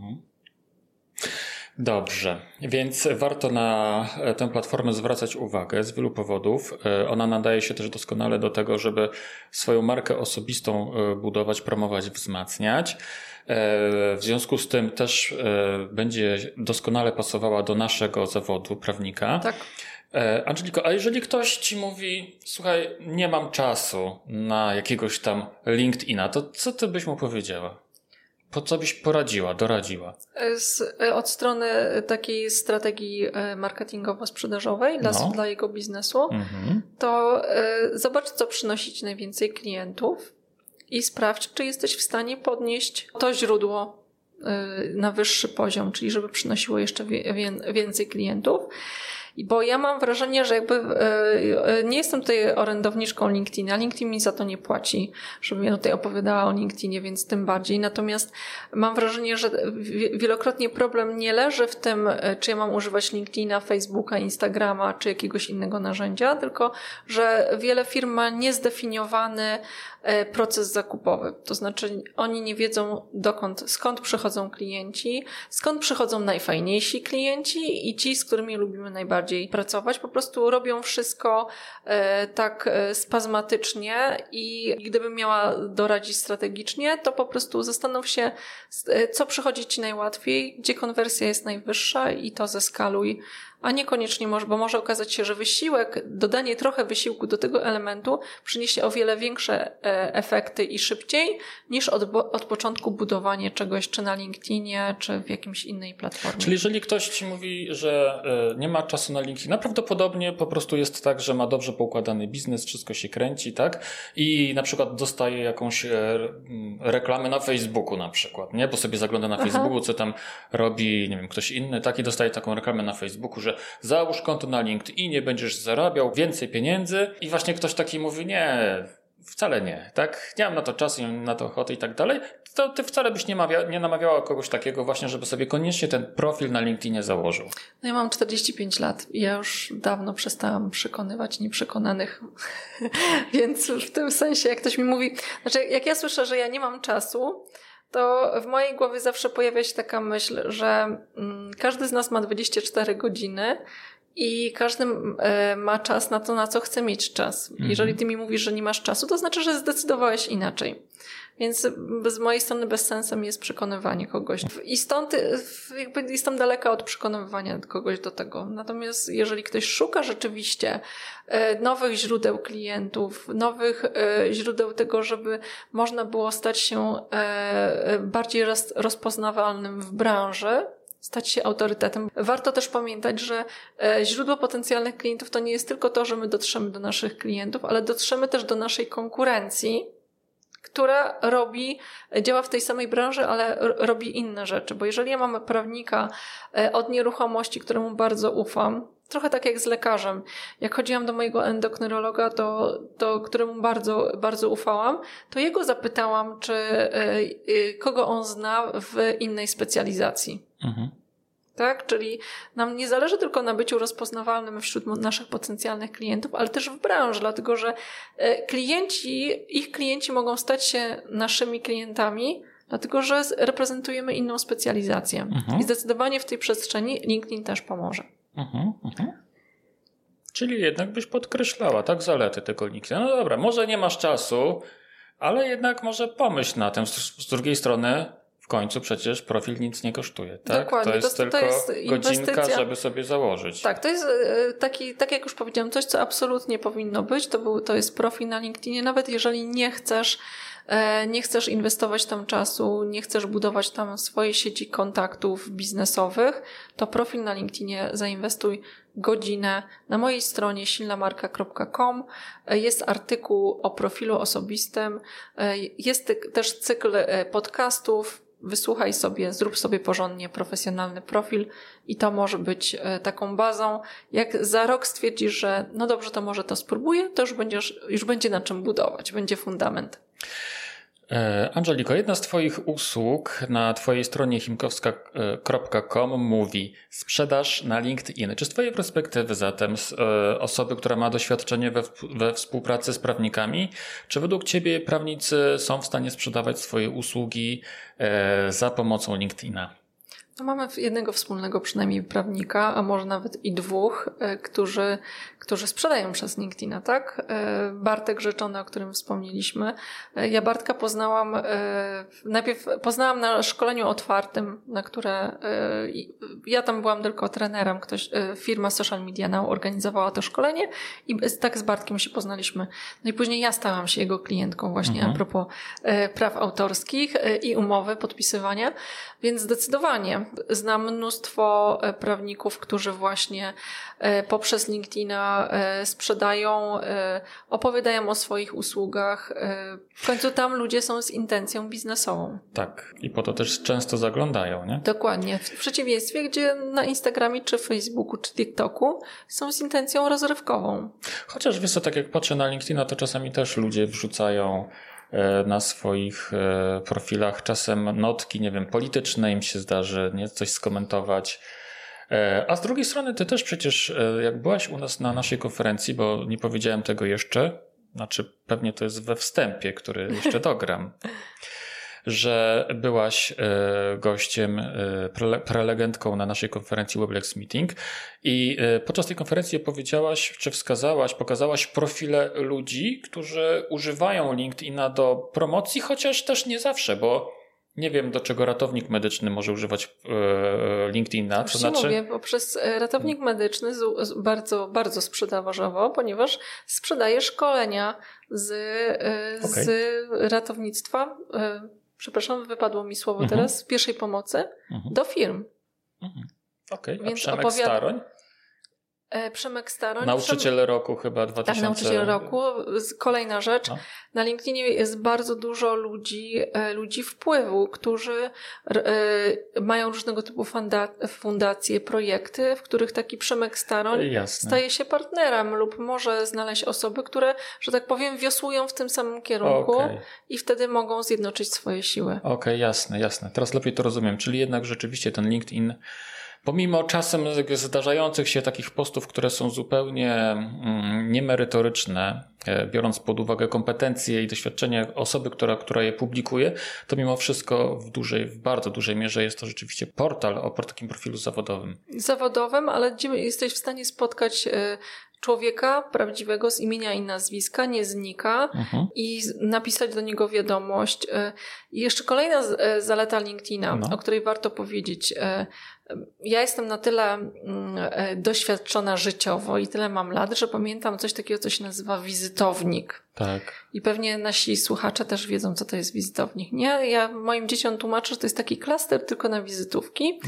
Dobrze, więc warto na tę platformę zwracać uwagę z wielu powodów. Ona nadaje się też doskonale do tego, żeby swoją markę osobistą budować, promować, wzmacniać. W związku z tym też będzie doskonale pasowała do naszego zawodu prawnika. Tak. Angeliko, a jeżeli ktoś ci mówi, słuchaj, nie mam czasu na jakiegoś tam LinkedIna, to co ty byś mu powiedziała? Po co byś doradziła? Od strony takiej strategii marketingowo-sprzedażowej dla jego biznesu, to zobacz, co przynosi ci najwięcej klientów i sprawdź, czy jesteś w stanie podnieść to źródło na wyższy poziom, czyli żeby przynosiło jeszcze więcej klientów. Bo ja mam wrażenie, że nie jestem tutaj orędowniczką LinkedIna. LinkedIn mi za to nie płaci, żebym ja tutaj opowiadała o LinkedInie, więc tym bardziej. Natomiast mam wrażenie, że wielokrotnie problem nie leży w tym, czy ja mam używać LinkedIna, Facebooka, Instagrama, czy jakiegoś innego narzędzia, tylko że wiele firm ma niezdefiniowany proces zakupowy. To znaczy oni nie wiedzą skąd przychodzą klienci, skąd przychodzą najfajniejsi klienci i ci, z którymi lubimy najbardziej pracować. Po prostu robią wszystko tak spazmatycznie i gdybym miała doradzić strategicznie, to po prostu zastanów się, co przychodzi ci najłatwiej, gdzie konwersja jest najwyższa i to zeskaluj. A niekoniecznie bo może okazać się, że dodanie trochę wysiłku do tego elementu przyniesie o wiele większe efekty i szybciej niż od początku budowanie czegoś czy na LinkedInie, czy w jakimś innej platformie. Czyli jeżeli ktoś ci mówi, że nie ma czasu na LinkedIn, prawdopodobnie po prostu jest tak, że ma dobrze poukładany biznes, wszystko się kręci, tak? I na przykład dostaje jakąś reklamę na Facebooku na przykład, nie? Bo sobie zagląda na Facebooku, co tam robi, nie wiem, ktoś inny, tak? I dostaje taką reklamę na Facebooku, że załóż konto na LinkedInie, będziesz zarabiał więcej pieniędzy i właśnie ktoś taki mówi, nie, wcale nie, tak? Nie mam na to czasu, nie mam na to ochoty i tak dalej, to ty wcale byś nie namawiała kogoś takiego właśnie, żeby sobie koniecznie ten profil na LinkedInie założył. No ja mam 45 lat i ja już dawno przestałam przekonywać nieprzekonanych. Więc w tym sensie, jak ktoś mi mówi, jak ja słyszę, że ja nie mam czasu, to w mojej głowie zawsze pojawia się taka myśl, że każdy z nas ma 24 godziny i każdy ma czas na to, na co chce mieć czas. Jeżeli ty mi mówisz, że nie masz czasu, to znaczy, że zdecydowałeś inaczej. Więc z mojej strony bezsensem jest przekonywanie kogoś. I stąd jestem daleka od przekonywania kogoś do tego. Natomiast jeżeli ktoś szuka rzeczywiście nowych źródeł klientów, nowych źródeł tego, żeby można było stać się bardziej rozpoznawalnym w branży, stać się autorytetem. Warto też pamiętać, że źródło potencjalnych klientów to nie jest tylko to, że my dotrzemy do naszych klientów, ale dotrzemy też do naszej konkurencji, która działa w tej samej branży, ale robi inne rzeczy. Bo jeżeli ja mam prawnika od nieruchomości, któremu bardzo ufam, trochę tak jak z lekarzem. Jak chodziłam do mojego endokrynologa, to któremu bardzo, bardzo ufałam, to jego zapytałam, kogo on zna w innej specjalizacji. Tak? Czyli nam nie zależy tylko na byciu rozpoznawalnym wśród naszych potencjalnych klientów, ale też w branży, dlatego że ich klienci mogą stać się naszymi klientami, dlatego że reprezentujemy inną specjalizację. I zdecydowanie w tej przestrzeni LinkedIn też pomoże. Czyli jednak byś podkreślała, tak, zalety tego LinkedIna. No dobra, może nie masz czasu, ale jednak może pomyśl na tym. Z drugiej strony końcu przecież profil nic nie kosztuje, tak? Dokładnie. To jest tylko godzinka, żeby sobie założyć. Tak, to jest taki, tak jak już powiedziałam, coś, co absolutnie powinno być. To jest profil na LinkedInie, nawet jeżeli nie chcesz inwestować tam czasu, nie chcesz budować tam swojej sieci kontaktów biznesowych, to profil na LinkedInie zainwestuj godzinę. Na mojej stronie silnamarka.com jest artykuł o profilu osobistym, jest też cykl podcastów. Wysłuchaj sobie, zrób sobie porządnie profesjonalny profil i to może być taką bazą. Jak za rok stwierdzisz, że no dobrze, to może to spróbuję, to już będzie na czym budować, będzie fundament. Angeliko, jedna z Twoich usług na Twojej stronie chimkowska.com mówi sprzedaż na LinkedIn. Czy z Twojej perspektywy zatem z osoby, która ma doświadczenie we współpracy z prawnikami, czy według Ciebie prawnicy są w stanie sprzedawać swoje usługi za pomocą LinkedIna? No mamy jednego wspólnego przynajmniej prawnika, a może nawet i dwóch, którzy sprzedają przez LinkedIna, tak? Bartek Rzeczony, o którym wspomnieliśmy. Ja Bartka najpierw poznałam na szkoleniu otwartym, na które ja tam byłam tylko trenerem, firma Social Media Now organizowała to szkolenie i tak z Bartkiem się poznaliśmy. No i później ja stałam się jego klientką właśnie a propos praw autorskich i umowy, podpisywania, więc zdecydowanie znam mnóstwo prawników, którzy właśnie poprzez LinkedIna sprzedają, opowiadają o swoich usługach. W końcu tam ludzie są z intencją biznesową. Tak. I po to też często zaglądają, nie? Dokładnie. W przeciwieństwie, gdzie na Instagramie, czy Facebooku, czy TikToku są z intencją rozrywkową. Chociaż wiesz co, tak jak patrzę na LinkedIna, to czasami też ludzie wrzucają na swoich profilach czasem notki, nie wiem, polityczne im się zdarzy, nie, coś skomentować. A z drugiej strony ty też przecież, jak byłaś u nas na naszej konferencji, bo nie powiedziałem tego jeszcze, znaczy pewnie to jest we wstępie, który jeszcze dogram, że byłaś gościem, prelegentką na naszej konferencji Weblex Meeting i podczas tej konferencji opowiedziałaś, czy wskazałaś, pokazałaś profile ludzi, którzy używają LinkedIna do promocji, chociaż też nie zawsze, bo nie wiem, do czego ratownik medyczny może używać LinkedIna. To znaczy... mówię, bo przez ratownik medyczny bardzo, bardzo sprzedażowo, ponieważ sprzedaje szkolenia z ratownictwa, przepraszam, wypadło mi słowo teraz, pierwszej pomocy do firm. Okej, a Przemek Staroń? Przemek Staroń. Nauczyciel roku chyba 2000. Tak, nauczyciel roku. Kolejna rzecz. No. Na LinkedInie jest bardzo dużo ludzi wpływu, którzy mają różnego typu fundacje, projekty, w których taki Przemek Staroń staje się partnerem lub może znaleźć osoby, które, że tak powiem, wiosłują w tym samym kierunku i wtedy mogą zjednoczyć swoje siły. Okej, jasne. Teraz lepiej to rozumiem. Czyli jednak rzeczywiście ten LinkedIn, pomimo czasem zdarzających się takich postów, które są zupełnie niemerytoryczne, biorąc pod uwagę kompetencje i doświadczenie osoby, która je publikuje, to mimo wszystko w bardzo dużej mierze jest to rzeczywiście portal o takim profilu zawodowym. Zawodowym, ale gdzie jesteś w stanie spotkać człowieka prawdziwego z imienia i nazwiska, nie znika i napisać do niego wiadomość. I jeszcze kolejna zaleta LinkedIna, o której warto powiedzieć. Ja jestem na tyle doświadczona życiowo i tyle mam lat, że pamiętam coś takiego, co się nazywa wizytownik. Tak. I pewnie nasi słuchacze też wiedzą, co to jest wizytownik. Nie? Ja moim dzieciom tłumaczę, że to jest taki klaster tylko na wizytówki.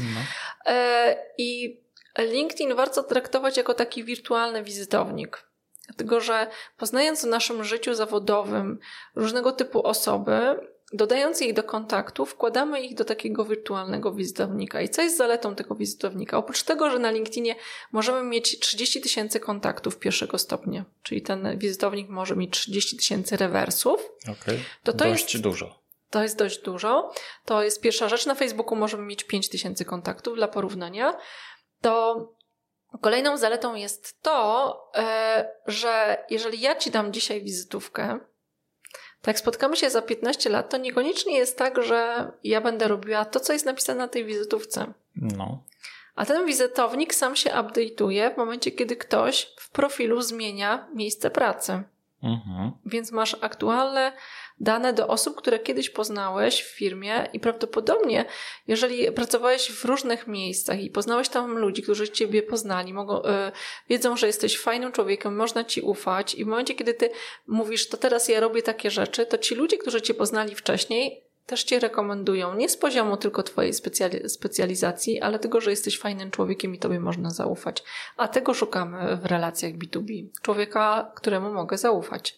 I LinkedIn warto traktować jako taki wirtualny wizytownik. Dlatego, że poznając w naszym życiu zawodowym różnego typu osoby, dodając ich do kontaktu, wkładamy ich do takiego wirtualnego wizytownika. I co jest zaletą tego wizytownika? Oprócz tego, że na LinkedInie możemy mieć 30 000 kontaktów pierwszego stopnia, czyli ten wizytownik może mieć 30 000 rewersów. To dość dużo. To jest dość dużo. To jest pierwsza rzecz. Na Facebooku możemy mieć 5000 kontaktów dla porównania. To kolejną zaletą jest to, że jeżeli ja ci dam dzisiaj wizytówkę, to jak spotkamy się za 15 lat, to niekoniecznie jest tak, że ja będę robiła to, co jest napisane na tej wizytówce. A ten wizytownik sam się update'uje w momencie, kiedy ktoś w profilu zmienia miejsce pracy. Więc masz aktualne dane do osób, które kiedyś poznałeś w firmie i prawdopodobnie, jeżeli pracowałeś w różnych miejscach i poznałeś tam ludzi, którzy ciebie poznali, wiedzą, że jesteś fajnym człowiekiem, można ci ufać i w momencie, kiedy ty mówisz, to teraz ja robię takie rzeczy, to ci ludzie, którzy cię poznali wcześniej, też cię rekomendują. Nie z poziomu tylko twojej specjalizacji, ale tego, że jesteś fajnym człowiekiem i tobie można zaufać. A tego szukamy w relacjach B2B. Człowieka, któremu mogę zaufać.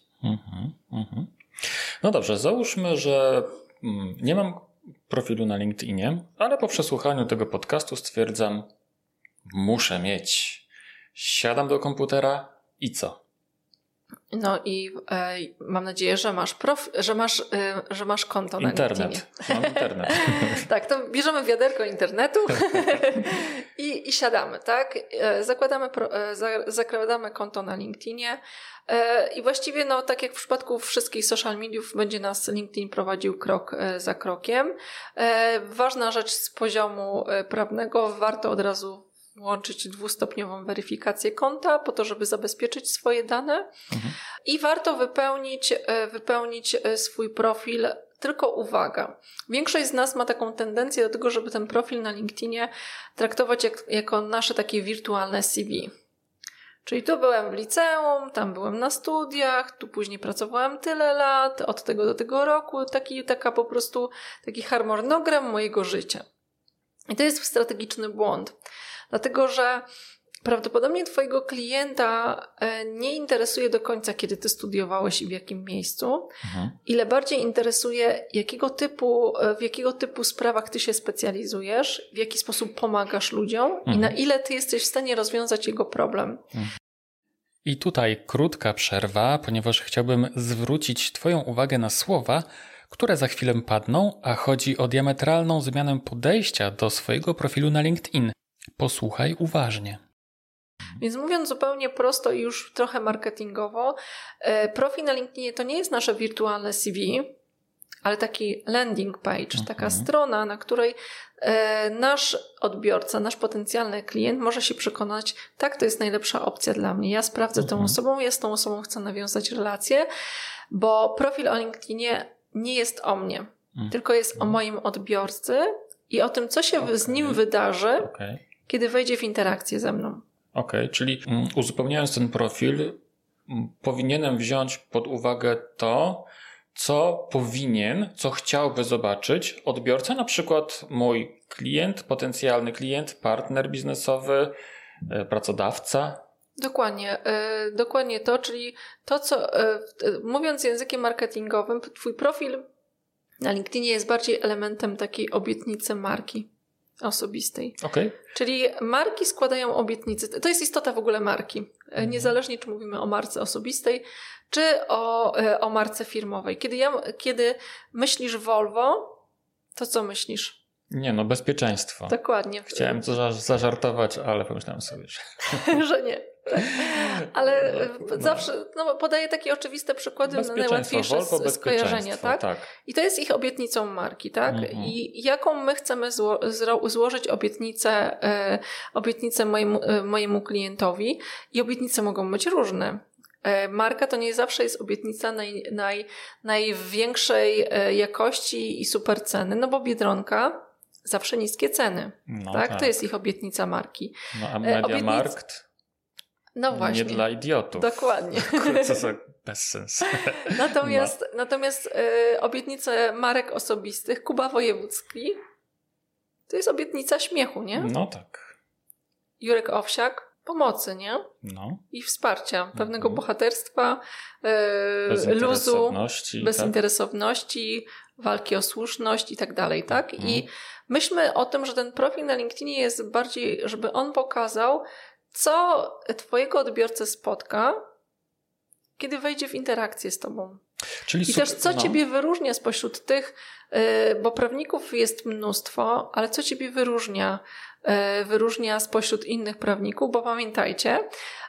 No dobrze, załóżmy, że nie mam profilu na LinkedInie, ale po przesłuchaniu tego podcastu stwierdzam, muszę mieć. Siadam do komputera i co? No i mam nadzieję, że masz konto na LinkedInie. Mam internet. Tak, to bierzemy wiaderko internetu i siadamy, tak? Zakładamy konto na LinkedInie i właściwie, no tak jak w przypadku wszystkich social mediów, będzie nas LinkedIn prowadził krok za krokiem. Ważna rzecz z poziomu prawnego, warto od razu włączyć 2-stopniową weryfikację konta po to, żeby zabezpieczyć swoje dane i warto wypełnić swój profil. Tylko uwaga, większość z nas ma taką tendencję do tego, żeby ten profil na LinkedInie traktować jako nasze takie wirtualne CV. Czyli tu byłem w liceum, tam byłem na studiach, tu później pracowałem tyle lat, od tego do tego roku, taki harmonogram mojego życia. I to jest strategiczny błąd. Dlatego, że prawdopodobnie twojego klienta nie interesuje do końca, kiedy ty studiowałeś i w jakim miejscu, ile bardziej interesuje, w jakiego typu sprawach ty się specjalizujesz, w jaki sposób pomagasz ludziom i na ile ty jesteś w stanie rozwiązać jego problem. I tutaj krótka przerwa, ponieważ chciałbym zwrócić twoją uwagę na słowa, które za chwilę padną, a chodzi o diametralną zmianę podejścia do swojego profilu na LinkedIn. Posłuchaj uważnie. Więc mówiąc zupełnie prosto i już trochę marketingowo, profil na LinkedInie to nie jest nasze wirtualne CV, ale taki landing page, taka strona, na której nasz odbiorca, nasz potencjalny klient może się przekonać, tak, to jest najlepsza opcja dla mnie. Ja sprawdzę tą osobą, ja z tą osobą chcę nawiązać relację, bo profil o LinkedInie nie jest o mnie, tylko jest o moim odbiorcy i o tym, co się z nim wydarzy, kiedy wejdzie w interakcję ze mną. Czyli uzupełniając ten profil, powinienem wziąć pod uwagę to, co chciałby zobaczyć odbiorca, na przykład mój klient, potencjalny klient, partner biznesowy, pracodawca. Dokładnie to, czyli to, co mówiąc językiem marketingowym, twój profil na LinkedInie jest bardziej elementem takiej obietnicy marki osobistej. Czyli marki składają obietnice. To jest istota w ogóle marki. Niezależnie, czy mówimy o marce osobistej, czy o marce firmowej. Kiedy myślisz Volvo, to co myślisz? Bezpieczeństwo. Dokładnie. Chciałem zażartować, ale pomyślałem sobie, że nie. Tak. Ale zawsze podaję takie oczywiste przykłady na najłatwiejsze skojarzenia, tak? I to jest ich obietnicą marki, tak? I jaką my chcemy złożyć obietnicę mojemu klientowi i obietnice mogą być różne. Marka to nie zawsze jest obietnica największej jakości i super ceny, bo Biedronka zawsze niskie ceny, tak? To jest ich obietnica marki. A MediaMarkt? Właśnie. Nie dla idiotów. Dokładnie. Co za bezsens. Natomiast obietnice marek osobistych, Kuba Wojewódzki, to jest obietnica śmiechu, nie? Tak. Jurek Owsiak, pomocy, nie? I wsparcia, pewnego bohaterstwa, luzu, bezinteresowności, walki o słuszność i tak dalej, tak? I myślmy o tym, że ten profil na LinkedInie jest bardziej, żeby on pokazał, co twojego odbiorcę spotka, kiedy wejdzie w interakcję z tobą. I też co ciebie wyróżnia spośród tych, bo prawników jest mnóstwo, ale co ciebie wyróżnia spośród innych prawników, bo pamiętajcie,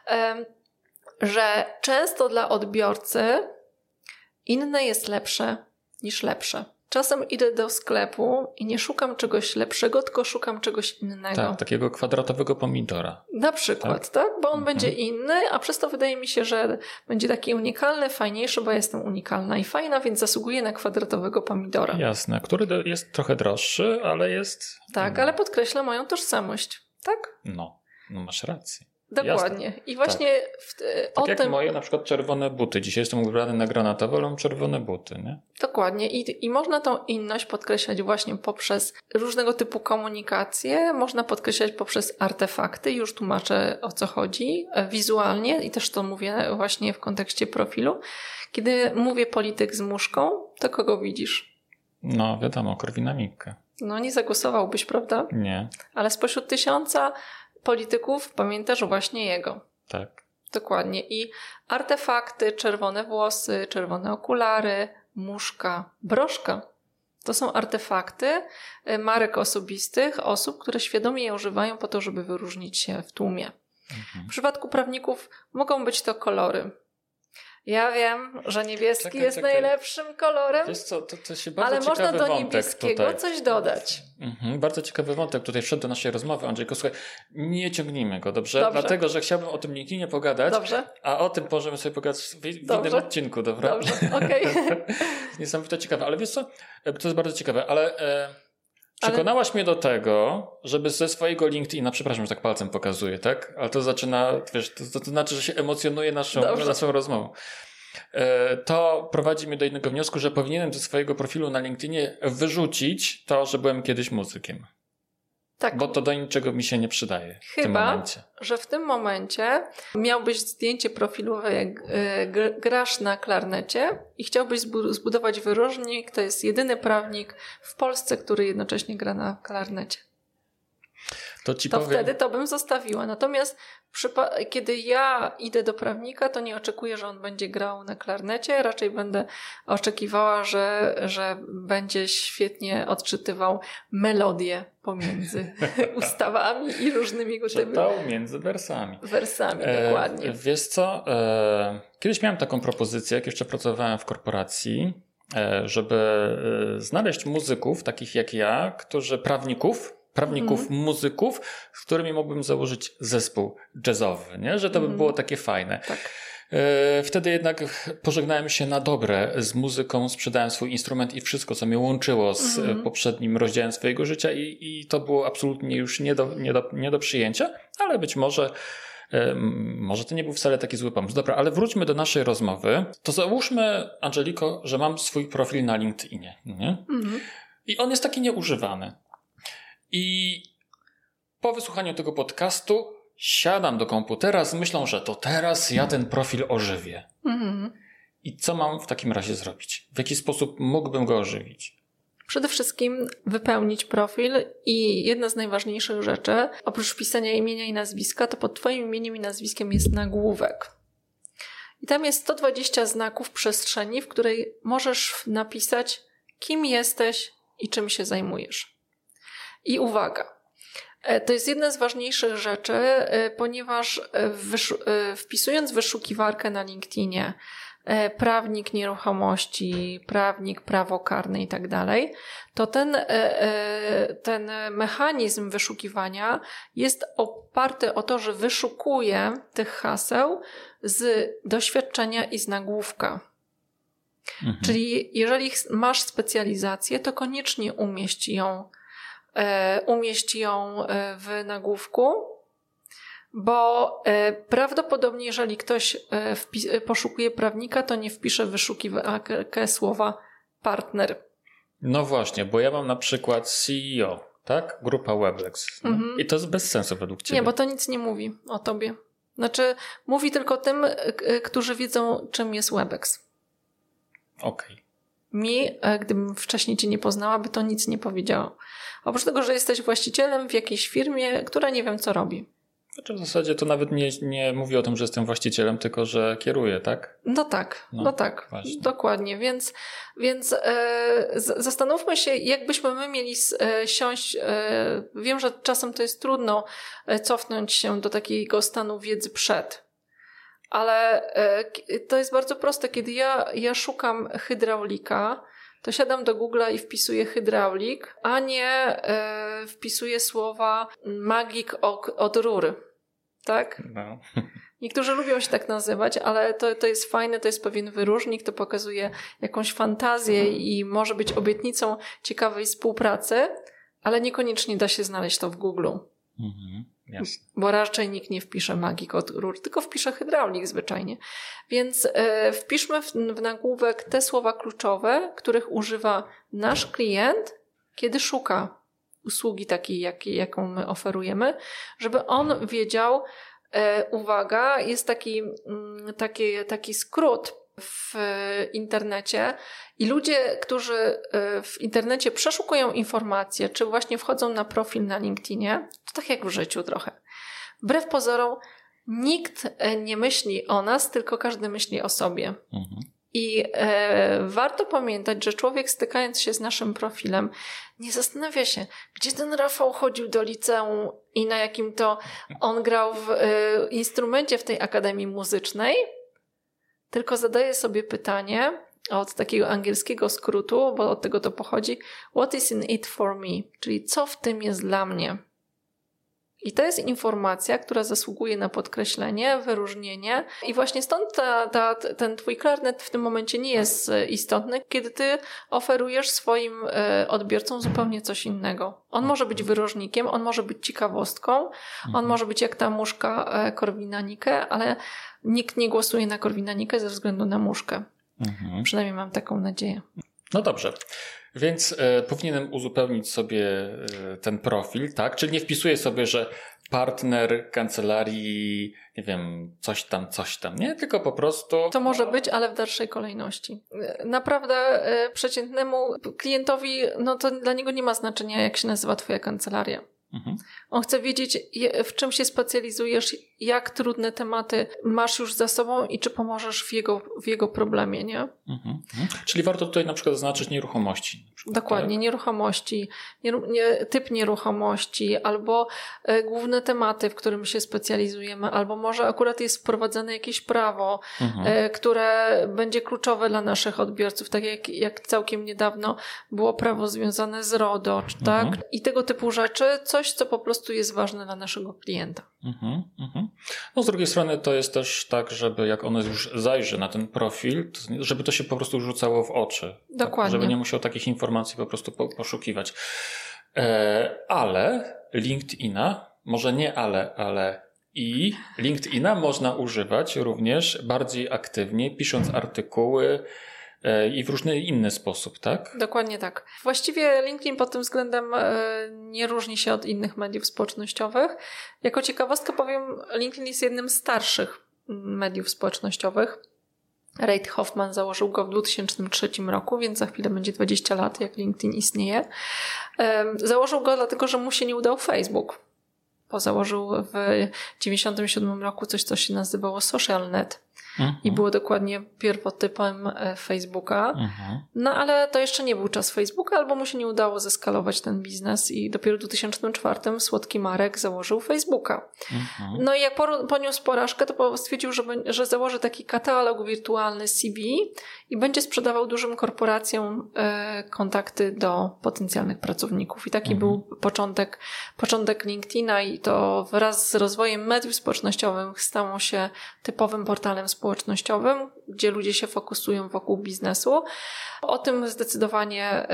że często dla odbiorcy inne jest lepsze niż lepsze. czasem idę do sklepu i nie szukam czegoś lepszego, tylko szukam czegoś innego. Tak, takiego kwadratowego pomidora. Na przykład, tak? Bo on będzie inny, a przez to wydaje mi się, że będzie taki unikalny, fajniejszy, bo ja jestem unikalna i fajna, więc zasługuję na kwadratowego pomidora. Jasne, który jest trochę droższy, ale jest... Tak, ale podkreśla moją tożsamość, tak? No masz rację. Dokładnie. Jasne. I właśnie tak jak moje na przykład czerwone buty. Dzisiaj jestem ubrany na granatowo, ale mam czerwone buty, nie? Dokładnie. I można tą inność podkreślać właśnie poprzez różnego typu komunikacje. Można podkreślać poprzez artefakty. Już tłumaczę, o co chodzi wizualnie i też to mówię właśnie w kontekście profilu. Kiedy mówię polityk z muszką, to kogo widzisz? No wiadomo, Korwin-Mikke. No nie zagłosowałbyś, prawda? Nie. Ale spośród 1000 polityków pamiętasz właśnie jego. Tak. Dokładnie. I artefakty, czerwone włosy, czerwone okulary, muszka, broszka. To są artefakty marek osobistych, osób, które świadomie je używają po to, żeby wyróżnić się w tłumie. W przypadku prawników mogą być to kolory. Ja wiem, że niebieski jest najlepszym kolorem, Wiesz co, to się bardzo ale można do wątek niebieskiego tutaj. coś dodać. Bardzo ciekawy wątek tutaj wszedł do naszej rozmowy, Andrzejko. Słuchaj, nie ciągnijmy go, dobrze? Dlatego, że chciałbym o tym LinkedInie pogadać, a o tym możemy sobie pogadać w innym odcinku, dobra? Dobrze, okej. Niesamowite ciekawe, ale wiesz co, to jest bardzo ciekawe, ale przekonałaś mnie do tego, żeby ze swojego LinkedIna, przepraszam, że tak palcem pokazuję, tak? Ale to zaczyna, wiesz, to znaczy, że się emocjonuje naszą rozmową. To prowadzi mnie do jednego wniosku, że powinienem ze swojego profilu na LinkedInie wyrzucić to, że byłem kiedyś muzykiem. Tak. Bo to do niczego mi się nie przydaje w tym momencie. Że w tym momencie miałbyś zdjęcie profilowe, jak grasz na klarnecie i chciałbyś zbudować wyróżnik. To jest jedyny prawnik w Polsce, który jednocześnie gra na klarnecie. To wtedy to bym zostawiła. Natomiast kiedy ja idę do prawnika, to nie oczekuję, że on będzie grał na klarnecie. Raczej będę oczekiwała, że będzie świetnie odczytywał melodię pomiędzy ustawami i różnymi czytał między wersami. Wersami, dokładnie. Wiesz co? Kiedyś miałem taką propozycję, jak jeszcze pracowałem w korporacji, żeby znaleźć muzyków, takich jak ja, prawników, muzyków, z którymi mógłbym założyć zespół jazzowy, nie? Że to by było takie fajne. Tak. Wtedy jednak pożegnałem się na dobre z muzyką, sprzedałem swój instrument i wszystko, co mnie łączyło z poprzednim rozdziałem swojego życia i to było absolutnie już nie do przyjęcia, ale być może to nie był wcale taki zły pomysł. Dobra, ale wróćmy do naszej rozmowy. To załóżmy, Angeliko, że mam swój profil na LinkedInie, nie? I on jest taki nieużywany. I po wysłuchaniu tego podcastu siadam do komputera z myślą, że to teraz ja ten profil ożywię. I co mam w takim razie zrobić? W jaki sposób mógłbym go ożywić? Przede wszystkim wypełnić profil i jedna z najważniejszych rzeczy, oprócz wpisania imienia i nazwiska, to pod twoim imieniem i nazwiskiem jest nagłówek. I tam jest 120 znaków przestrzeni, w której możesz napisać, kim jesteś i czym się zajmujesz. I uwaga, to jest jedna z ważniejszych rzeczy, ponieważ wpisując wyszukiwarkę na LinkedInie prawnik nieruchomości, prawnik prawo karne i tak dalej, to ten mechanizm wyszukiwania jest oparty o to, że wyszukuje tych haseł z doświadczenia i z nagłówka. Czyli jeżeli masz specjalizację, to koniecznie umieść ją w nagłówku, bo prawdopodobnie jeżeli ktoś poszukuje prawnika, to nie wpisze w wyszukiwarkę słowa partner. No właśnie, bo ja mam na przykład CEO, tak? Grupa Weblex. I to jest bez sensu według ciebie. Nie, bo to nic nie mówi o tobie. Znaczy, mówi tylko tym, którzy wiedzą, czym jest Webex. Okej. Mi, gdybym wcześniej cię nie poznała, by to nic nie powiedziało. Oprócz tego, że jesteś właścicielem w jakiejś firmie, która nie wiem, co robi. Znaczy w zasadzie to nawet nie mówi o tym, że jestem właścicielem, tylko że kieruję, tak? No tak, właśnie. Dokładnie. Więc zastanówmy się, jakbyśmy my mieli siąść. Wiem, że czasem to jest trudno cofnąć się do takiego stanu wiedzy przed. Ale to jest bardzo proste. Kiedy ja szukam hydraulika, to siadam do Google'a i wpisuję hydraulik, a nie wpisuję słowa magik od rury. Tak? No. Niektórzy lubią się tak nazywać, ale to jest fajne, to jest pewien wyróżnik, to pokazuje jakąś fantazję i może być obietnicą ciekawej współpracy, ale niekoniecznie da się znaleźć to w Google'u. Jasne. Bo raczej nikt nie wpisze magik od rur, tylko wpisze hydraulik zwyczajnie. Więc wpiszmy w nagłówek te słowa kluczowe, których używa nasz klient, kiedy szuka usługi takiej, jaką my oferujemy, żeby on wiedział, uwaga, jest taki skrót w internecie i ludzie, którzy w internecie przeszukują informacje, czy właśnie wchodzą na profil na LinkedInie, to tak jak w życiu trochę. Wbrew pozorom nikt nie myśli o nas, tylko każdy myśli o sobie. I warto pamiętać, że człowiek stykając się z naszym profilem nie zastanawia się, gdzie ten Rafał chodził do liceum i na jakim to on grał w instrumencie w tej akademii muzycznej, tylko zadaje sobie pytanie od takiego angielskiego skrótu, bo od tego to pochodzi, what is in it for me? Czyli co w tym jest dla mnie? I to jest informacja, która zasługuje na podkreślenie, wyróżnienie i właśnie stąd ten twój klarnet w tym momencie nie jest istotny, kiedy ty oferujesz swoim odbiorcom zupełnie coś innego. On może być wyróżnikiem, on może być ciekawostką, on może być jak ta muszka Korwina-Mikke, ale nikt nie głosuje na Korwina-Mikke ze względu na muszkę. Przynajmniej mam taką nadzieję. No dobrze. Więc powinienem uzupełnić sobie ten profil, tak? Czyli nie wpisuję sobie, że partner kancelarii, nie wiem, coś tam, nie? Tylko po prostu... To może być, ale w dalszej kolejności. Naprawdę przeciętnemu klientowi, no to dla niego nie ma znaczenia, jak się nazywa twoja kancelaria. On chce wiedzieć, w czym się specjalizujesz, jak trudne tematy masz już za sobą i czy pomożesz w jego problemie, nie? Czyli warto tutaj na przykład zaznaczyć nieruchomości. Dokładnie, tak? Nieruchomości, typ nieruchomości, albo główne tematy, w którym się specjalizujemy, albo może akurat jest wprowadzone jakieś prawo, które będzie kluczowe dla naszych odbiorców, tak jak całkiem niedawno było prawo związane z RODO, tak? I tego typu rzeczy, coś, co po prostu jest ważne dla naszego klienta. No z drugiej strony to jest też tak, żeby jak on już zajrzy na ten profil, żeby to się po prostu rzucało w oczy. Dokładnie. Tak? Żeby nie musiał takich informacji po prostu poszukiwać. Ale LinkedIna, może nie ale i LinkedIna można używać również bardziej aktywnie, pisząc artykuły i w różny inny sposób, tak? Dokładnie tak. Właściwie LinkedIn pod tym względem nie różni się od innych mediów społecznościowych. Jako ciekawostkę powiem, LinkedIn jest jednym z starszych mediów społecznościowych. Reid Hoffman założył go w 2003 roku, więc za chwilę będzie 20 lat, jak LinkedIn istnieje. Założył go dlatego, że mu się nie udał Facebook. Bo założył w 1997 roku coś, co się nazywało SocialNet. I było dokładnie pierwotypem Facebooka. No ale to jeszcze nie był czas Facebooka, albo mu się nie udało zeskalować ten biznes i dopiero w 2004 słodki Marek założył Facebooka. No i jak poniósł porażkę, to stwierdził, że założy taki katalog wirtualny CV i będzie sprzedawał dużym korporacjom kontakty do potencjalnych pracowników. I taki był początek LinkedIna i to wraz z rozwojem mediów społecznościowych stało się typowym portalem społecznościowym, gdzie ludzie się fokusują wokół biznesu. O tym zdecydowanie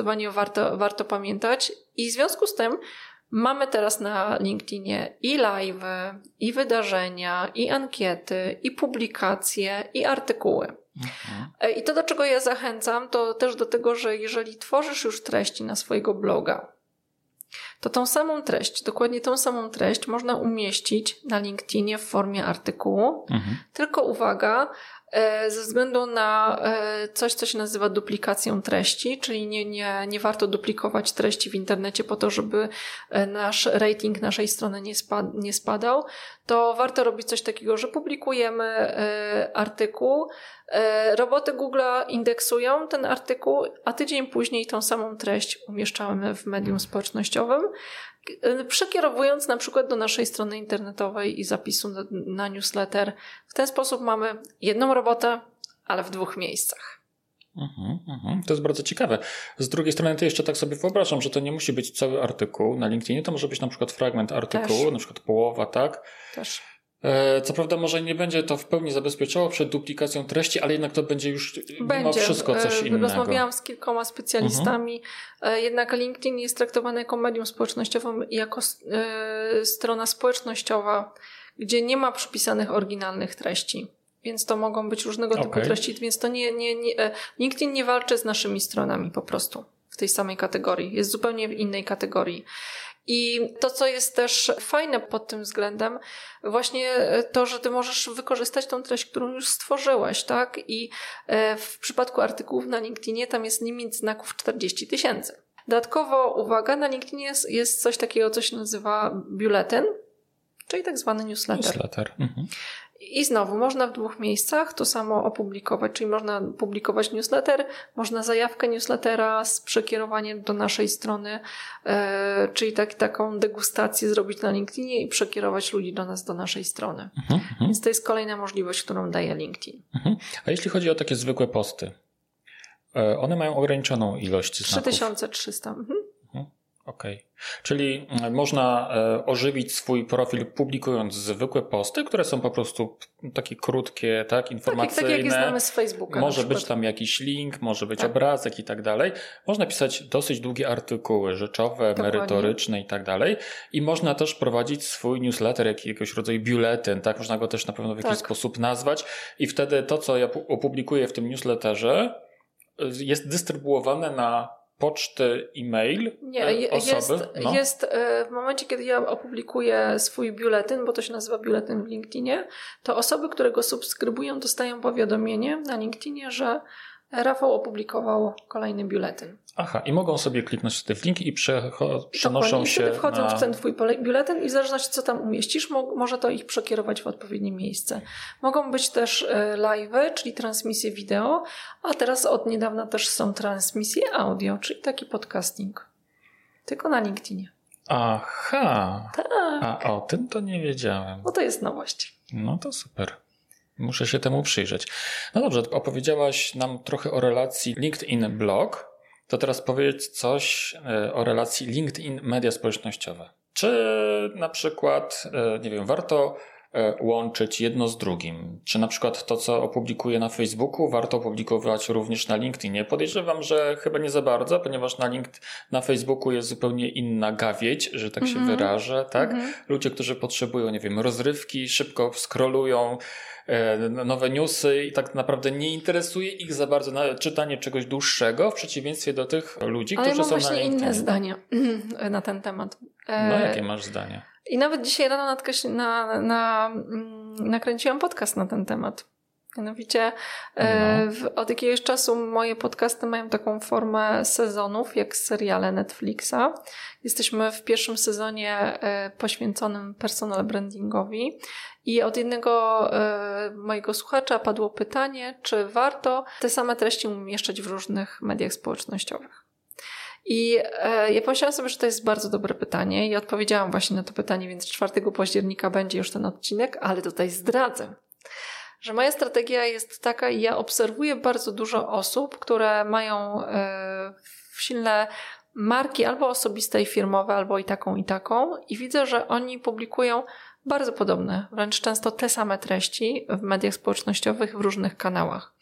warto pamiętać i w związku z tym mamy teraz na LinkedInie i live'y, i wydarzenia, i ankiety, i publikacje, i artykuły. I to, do czego ja zachęcam, to też do tego, że jeżeli tworzysz już treści na swojego bloga, to tą samą treść, dokładnie tą samą treść można umieścić na LinkedInie w formie artykułu. Tylko uwaga, ze względu na coś, co się nazywa duplikacją treści, czyli nie warto duplikować treści w internecie po to, żeby nasz rating naszej strony nie spadał, to warto robić coś takiego, że publikujemy artykuł, roboty Google'a indeksują ten artykuł, a tydzień później tą samą treść umieszczamy w medium społecznościowym, przekierowując na przykład do naszej strony internetowej i zapisu na newsletter. W ten sposób mamy jedną robotę, ale w 2 miejscach. To jest bardzo ciekawe. Z drugiej strony to jeszcze tak sobie wyobrażam, że to nie musi być cały artykuł na LinkedInie, to może być na przykład fragment artykułu, Też. na przykład połowa, tak? Też. Co prawda może nie będzie to w pełni zabezpieczało przed duplikacją treści, ale jednak to będzie już mimo wszystko coś innego. Rozmawiałam z kilkoma specjalistami. Jednak LinkedIn jest traktowany jako medium społecznościowe i jako strona społecznościowa, gdzie nie ma przypisanych oryginalnych treści. Więc to mogą być różnego typu treści. Więc to LinkedIn nie walczy z naszymi stronami po prostu w tej samej kategorii. Jest zupełnie w innej kategorii. I to, co jest też fajne pod tym względem, właśnie to, że ty możesz wykorzystać tą treść, którą już stworzyłeś, tak? I w przypadku artykułów na LinkedInie tam jest limit znaków 40 000. Dodatkowo, uwaga, na LinkedInie jest coś takiego, co się nazywa biuletyn, czyli tak zwany newsletter. I znowu, można w 2 miejscach to samo opublikować, czyli można publikować newsletter, można zajawkę newslettera z przekierowaniem do naszej strony, czyli taką degustację zrobić na LinkedInie i przekierować ludzi do nas, do naszej strony. Więc to jest kolejna możliwość, którą daje LinkedIn. A jeśli chodzi o takie zwykłe posty, one mają ograniczoną ilość znaków? 3300. Okej. Czyli można ożywić swój profil publikując zwykłe posty, które są po prostu takie krótkie, tak, informacyjne. Tak jak znamy z Facebooka. Może być tam jakiś link, może być obrazek i tak dalej. Można pisać dosyć długie artykuły rzeczowe, merytoryczne i tak dalej. I można też prowadzić swój newsletter, jakiegoś rodzaju biuletyn, tak? Można go też na pewno w jakiś sposób nazwać. I wtedy to, co ja opublikuję w tym newsletterze, jest dystrybuowane na poczty, e-mail osoby? Jest w momencie, kiedy ja opublikuję swój biuletyn, bo to się nazywa biuletyn w LinkedInie, to osoby, które go subskrybują, dostają powiadomienie na LinkedInie, że Rafał opublikował kolejny biuletyn. Aha, i mogą sobie kliknąć w link i przenoszą się wtedy wchodzą w ten twój biuletyn i w zależności co tam umieścisz, może to ich przekierować w odpowiednie miejsce. Mogą być też live'y, czyli transmisje wideo, a teraz od niedawna też są transmisje audio, czyli taki podcasting. Tylko na LinkedInie. Aha. Tak. A o tym to nie wiedziałem. No to jest nowość. No to super. Muszę się temu przyjrzeć. No dobrze, opowiedziałaś nam trochę o relacji LinkedIn-blog. To teraz powiedz coś o relacji LinkedIn-media społecznościowe. Czy na przykład, nie wiem, warto łączyć jedno z drugim? Czy na przykład to, co opublikuję na Facebooku, warto opublikować również na LinkedInie? Podejrzewam, że chyba nie za bardzo, ponieważ na Facebooku jest zupełnie inna gawieć, że tak się wyrażę, tak? Ludzie, którzy potrzebują, nie wiem, rozrywki, szybko scrollują nowe newsy i tak naprawdę nie interesuje ich za bardzo czytanie czegoś dłuższego, w przeciwieństwie do tych ludzi, którzy są na LinkedInie. Ale mam właśnie inne zdania na ten temat. No jakie masz zdania? I nawet dzisiaj rano nakręciłam podcast na ten temat. Mianowicie od jakiegoś czasu moje podcasty mają taką formę sezonów, jak seriale Netflixa. Jesteśmy w pierwszym sezonie poświęconym personal brandingowi i od jednego mojego słuchacza padło pytanie, czy warto te same treści umieszczać w różnych mediach społecznościowych. I ja pomyślałam sobie, że to jest bardzo dobre pytanie i odpowiedziałam właśnie na to pytanie, więc 4 października będzie już ten odcinek, ale tutaj zdradzę, że moja strategia jest taka i ja obserwuję bardzo dużo osób, które mają silne marki albo osobiste i firmowe, albo i taką i widzę, że oni publikują bardzo podobne, wręcz często te same treści w mediach społecznościowych w różnych kanałach.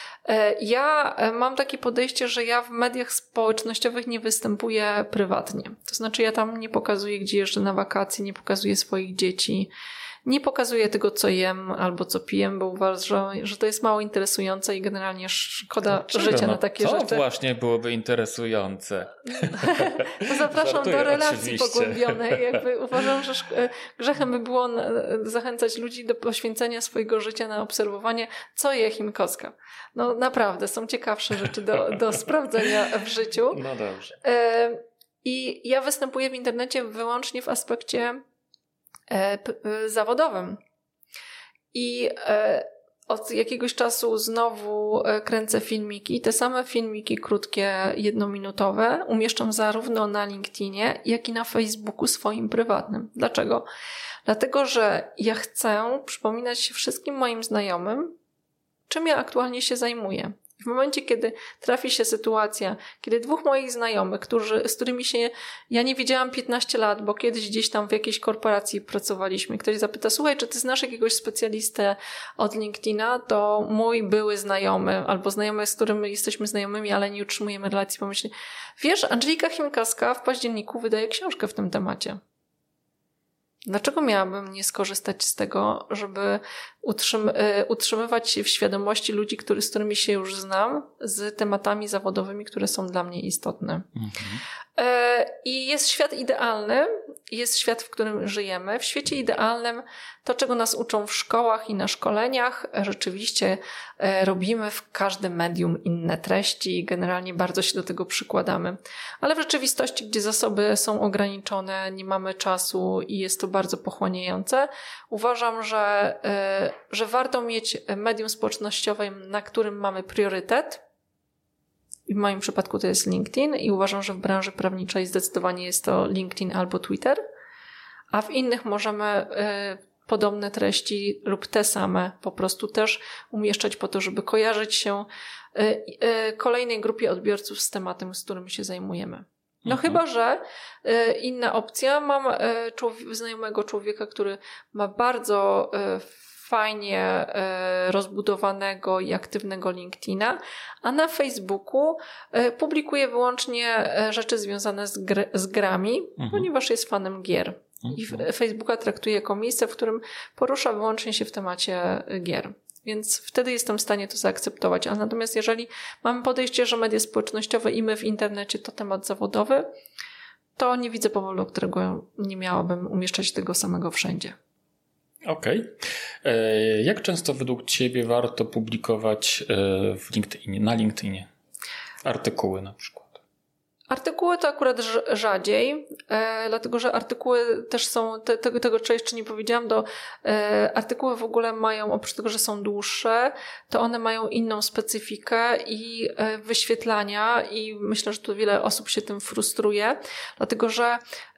Ja mam takie podejście, że ja w mediach społecznościowych nie występuję prywatnie. To znaczy ja tam nie pokazuję, gdzie jeżdżę na wakacje, nie pokazuję swoich dzieci, nie pokazuję tego, co jem albo co piję, bo uważam, że to jest mało interesujące i generalnie szkoda życia na takie rzeczy. To właśnie byłoby interesujące. To zapraszam do relacji pogłębionej. Uważam, że grzechem by było zachęcać ludzi do poświęcenia swojego życia na obserwowanie, co je Chimkowska. No naprawdę, są ciekawsze rzeczy do sprawdzenia w życiu. No dobrze. I ja występuję w internecie wyłącznie w aspekcie zawodowym. I od jakiegoś czasu znowu kręcę filmiki. Te same filmiki krótkie, 1-minutowe umieszczam zarówno na LinkedInie, jak i na Facebooku swoim prywatnym. Dlaczego? Dlatego, że ja chcę przypominać wszystkim moim znajomym, czym ja aktualnie się zajmuję. W momencie, kiedy trafi się sytuacja, kiedy dwóch moich znajomych, z którymi się ja nie widziałam 15 lat, bo kiedyś gdzieś tam w jakiejś korporacji pracowaliśmy, ktoś zapyta, słuchaj, czy ty znasz jakiegoś specjalistę od LinkedIna, to mój były znajomy albo znajomy, z którym jesteśmy znajomymi, ale nie utrzymujemy relacji, pomyśli, wiesz, Andżelika Chimkowska w październiku wydaje książkę w tym temacie. Dlaczego miałabym nie skorzystać z tego, żeby utrzymywać się w świadomości ludzi, z którymi się już znam, z tematami zawodowymi, które są dla mnie istotne. I jest świat idealny, jest świat, w którym żyjemy. W świecie idealnym to, czego nas uczą w szkołach i na szkoleniach, rzeczywiście robimy w każdym medium inne treści i generalnie bardzo się do tego przykładamy. Ale w rzeczywistości, gdzie zasoby są ograniczone, nie mamy czasu i jest to bardzo pochłaniające, uważam, że warto mieć medium społecznościowe, na którym mamy priorytet. I w moim przypadku to jest LinkedIn i uważam, że w branży prawniczej zdecydowanie jest to LinkedIn albo Twitter, a w innych możemy podobne treści lub te same po prostu też umieszczać po to, żeby kojarzyć się kolejnej grupie odbiorców z tematem, z którym się zajmujemy. No chyba, że inna opcja. Mam znajomego człowieka, który ma bardzo fajnie rozbudowanego i aktywnego LinkedIna, a na Facebooku publikuje wyłącznie rzeczy związane z grami, ponieważ jest fanem gier. I Facebooka traktuje jako miejsce, w którym porusza wyłącznie się w temacie gier. Więc wtedy jestem w stanie to zaakceptować. A natomiast jeżeli mamy podejście, że media społecznościowe i my w internecie to temat zawodowy, to nie widzę powodu, dla którego nie miałabym umieszczać tego samego wszędzie. Okej. Jak często według Ciebie warto publikować na LinkedInie artykuły na przykład? Artykuły to akurat rzadziej, dlatego że artykuły też są, tego co jeszcze nie powiedziałam, artykuły w ogóle mają, oprócz tego, że są dłuższe, to one mają inną specyfikę i wyświetlania i myślę, że tu wiele osób się tym frustruje, dlatego że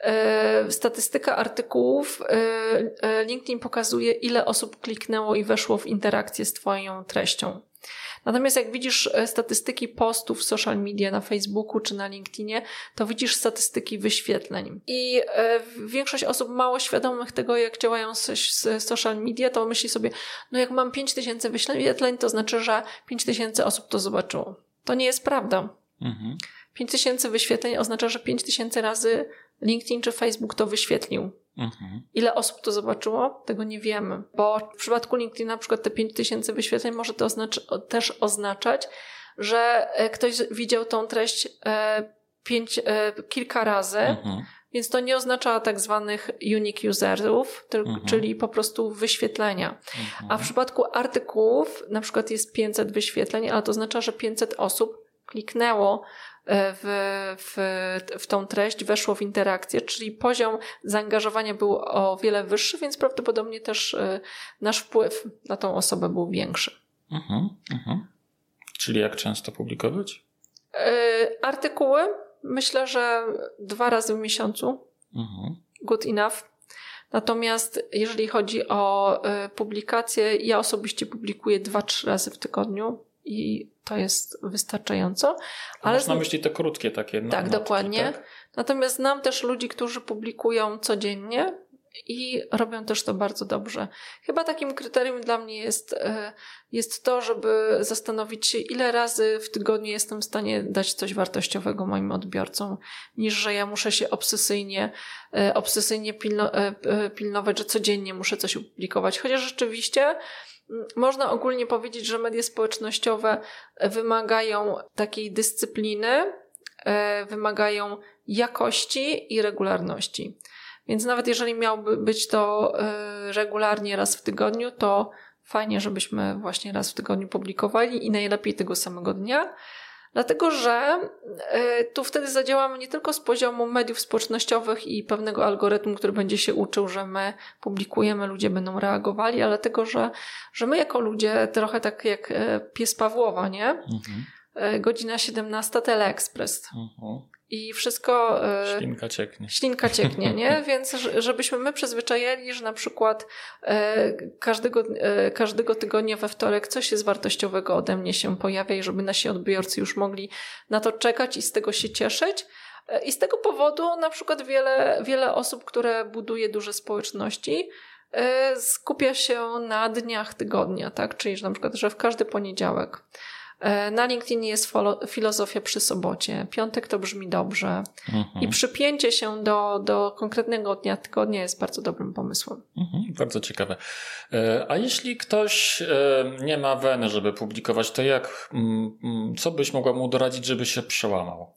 statystyka artykułów LinkedIn pokazuje, ile osób kliknęło i weszło w interakcję z Twoją treścią. Natomiast jak widzisz statystyki postów w social media na Facebooku czy na LinkedInie, to widzisz statystyki wyświetleń. I większość osób mało świadomych tego, jak działają social media, to myśli sobie, no jak mam 5000 wyświetleń, to znaczy, że 5000 osób to zobaczyło. To nie jest prawda. 5000 wyświetleń oznacza, że 5000 razy LinkedIn czy Facebook to wyświetlił. Ile osób to zobaczyło? Tego nie wiemy, bo w przypadku LinkedIn na przykład te 5000 wyświetleń może to też oznaczać, że ktoś widział tą treść kilka razy, więc to nie oznacza tak zwanych unique userów, czyli po prostu wyświetlenia. A w przypadku artykułów na przykład jest 500 wyświetleń, ale to oznacza, że 500 osób kliknęło w tą treść, weszło w interakcję, czyli poziom zaangażowania był o wiele wyższy, więc prawdopodobnie też nasz wpływ na tą osobę był większy. Czyli jak często publikować? Artykuły myślę, że 2 razy w miesiącu. Good enough. Natomiast jeżeli chodzi o publikacje, ja osobiście publikuję 2-3 razy w tygodniu. I to jest wystarczająco. Ale masz na myśli te krótkie takie? Tak, dokładnie. Tak? Natomiast znam też ludzi, którzy publikują codziennie i robią też to bardzo dobrze. Chyba takim kryterium dla mnie jest to, żeby zastanowić się, ile razy w tygodniu jestem w stanie dać coś wartościowego moim odbiorcom, niż że ja muszę się obsesyjnie pilnować, że codziennie muszę coś opublikować. Chociaż rzeczywiście można ogólnie powiedzieć, że media społecznościowe wymagają takiej dyscypliny, wymagają jakości i regularności. Więc nawet jeżeli miałby być to regularnie raz w tygodniu, to fajnie, żebyśmy właśnie raz w tygodniu publikowali i najlepiej tego samego dnia. Dlatego, że tu wtedy zadziałamy nie tylko z poziomu mediów społecznościowych i pewnego algorytmu, który będzie się uczył, że my publikujemy, ludzie będą reagowali, ale dlatego, że my jako ludzie, trochę tak jak pies Pawłowa, nie? Godzina 17, Teleekspres. i wszystko... Ślinka cieknie, nie? Więc żebyśmy my przyzwyczajali, że na przykład każdego tygodnia we wtorek coś jest wartościowego ode mnie się pojawia i żeby nasi odbiorcy już mogli na to czekać i z tego się cieszyć. I z tego powodu na przykład wiele osób, które buduje duże społeczności, skupia się na dniach tygodnia, tak? Czyli że na przykład, że w każdy poniedziałek. Na LinkedInie jest filozofia przy sobocie. Piątek to brzmi dobrze. I przypięcie się do konkretnego dnia tygodnia jest bardzo dobrym pomysłem. Bardzo ciekawe. A jeśli ktoś nie ma weny, żeby publikować, to co byś mogła mu doradzić, żeby się przełamał?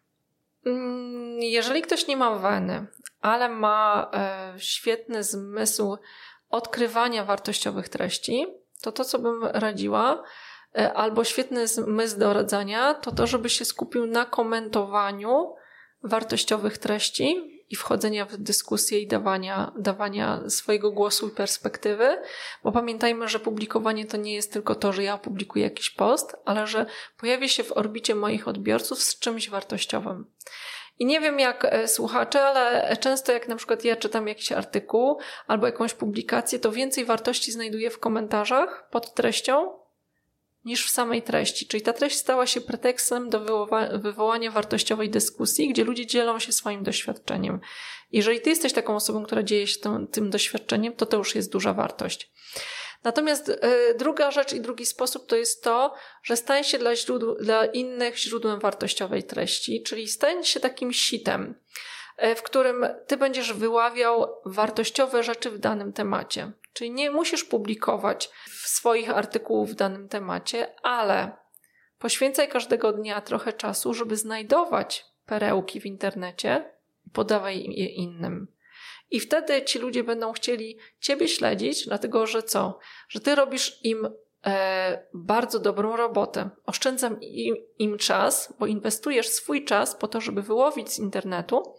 Jeżeli ktoś nie ma weny, ale ma świetny zmysł odkrywania wartościowych treści, to co bym radziła, albo świetny zmysł doradzania, to żeby się skupił na komentowaniu wartościowych treści i wchodzenia w dyskusję i dawania swojego głosu i perspektywy, bo pamiętajmy, że publikowanie to nie jest tylko to, że ja publikuję jakiś post, ale że pojawię się w orbicie moich odbiorców z czymś wartościowym. I nie wiem jak słuchacze, ale często jak na przykład ja czytam jakiś artykuł albo jakąś publikację, to więcej wartości znajduję w komentarzach pod treścią niż w samej treści. Czyli ta treść stała się pretekstem do wywołania wartościowej dyskusji, gdzie ludzie dzielą się swoim doświadczeniem. Jeżeli ty jesteś taką osobą, która dzieje się tym doświadczeniem, to już jest duża wartość. Natomiast druga rzecz i drugi sposób to jest to, że stań się dla innych źródłem wartościowej treści, czyli stań się takim sitem, w którym ty będziesz wyławiał wartościowe rzeczy w danym temacie. Czyli nie musisz publikować swoich artykułów w danym temacie, ale poświęcaj każdego dnia trochę czasu, żeby znajdować perełki w internecie i podawaj je innym. I wtedy ci ludzie będą chcieli ciebie śledzić, dlatego że co? Że ty robisz im bardzo dobrą robotę. Oszczędzam im czas, bo inwestujesz swój czas po to, żeby wyłowić z internetu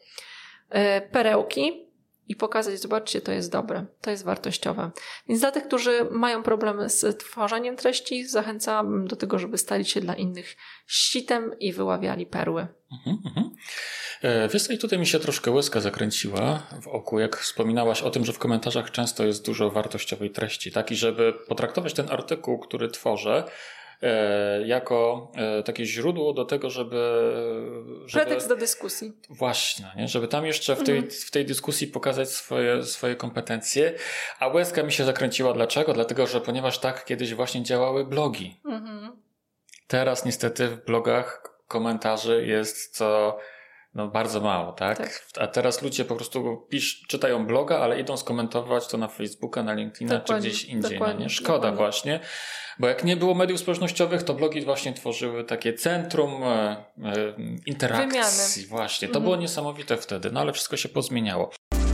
perełki i pokazać, zobaczcie, to jest dobre, to jest wartościowe. Więc dla tych, którzy mają problemy z tworzeniem treści, zachęcałabym do tego, żeby stali się dla innych sitem i wyławiali perły. Wiesz co, i tutaj mi się troszkę łezka zakręciła w oku, jak wspominałaś o tym, że w komentarzach często jest dużo wartościowej treści, tak? I żeby potraktować ten artykuł, który tworzę, jako takie źródło do tego, żeby pretekst do dyskusji. Właśnie, nie? Żeby tam jeszcze w tej dyskusji pokazać swoje kompetencje. A łezka mi się zakręciła. Dlaczego? Dlatego, że ponieważ tak kiedyś właśnie działały blogi. Teraz niestety w blogach komentarzy jest bardzo mało, tak? A teraz ludzie po prostu czytają bloga, ale idą skomentować to na Facebooka, na LinkedIna czy gdzieś indziej. Nie? Szkoda właśnie, bo jak nie było mediów społecznościowych, to blogi właśnie tworzyły takie centrum interakcji. Wymiany. Właśnie, to było niesamowite wtedy, ale wszystko się pozmieniało.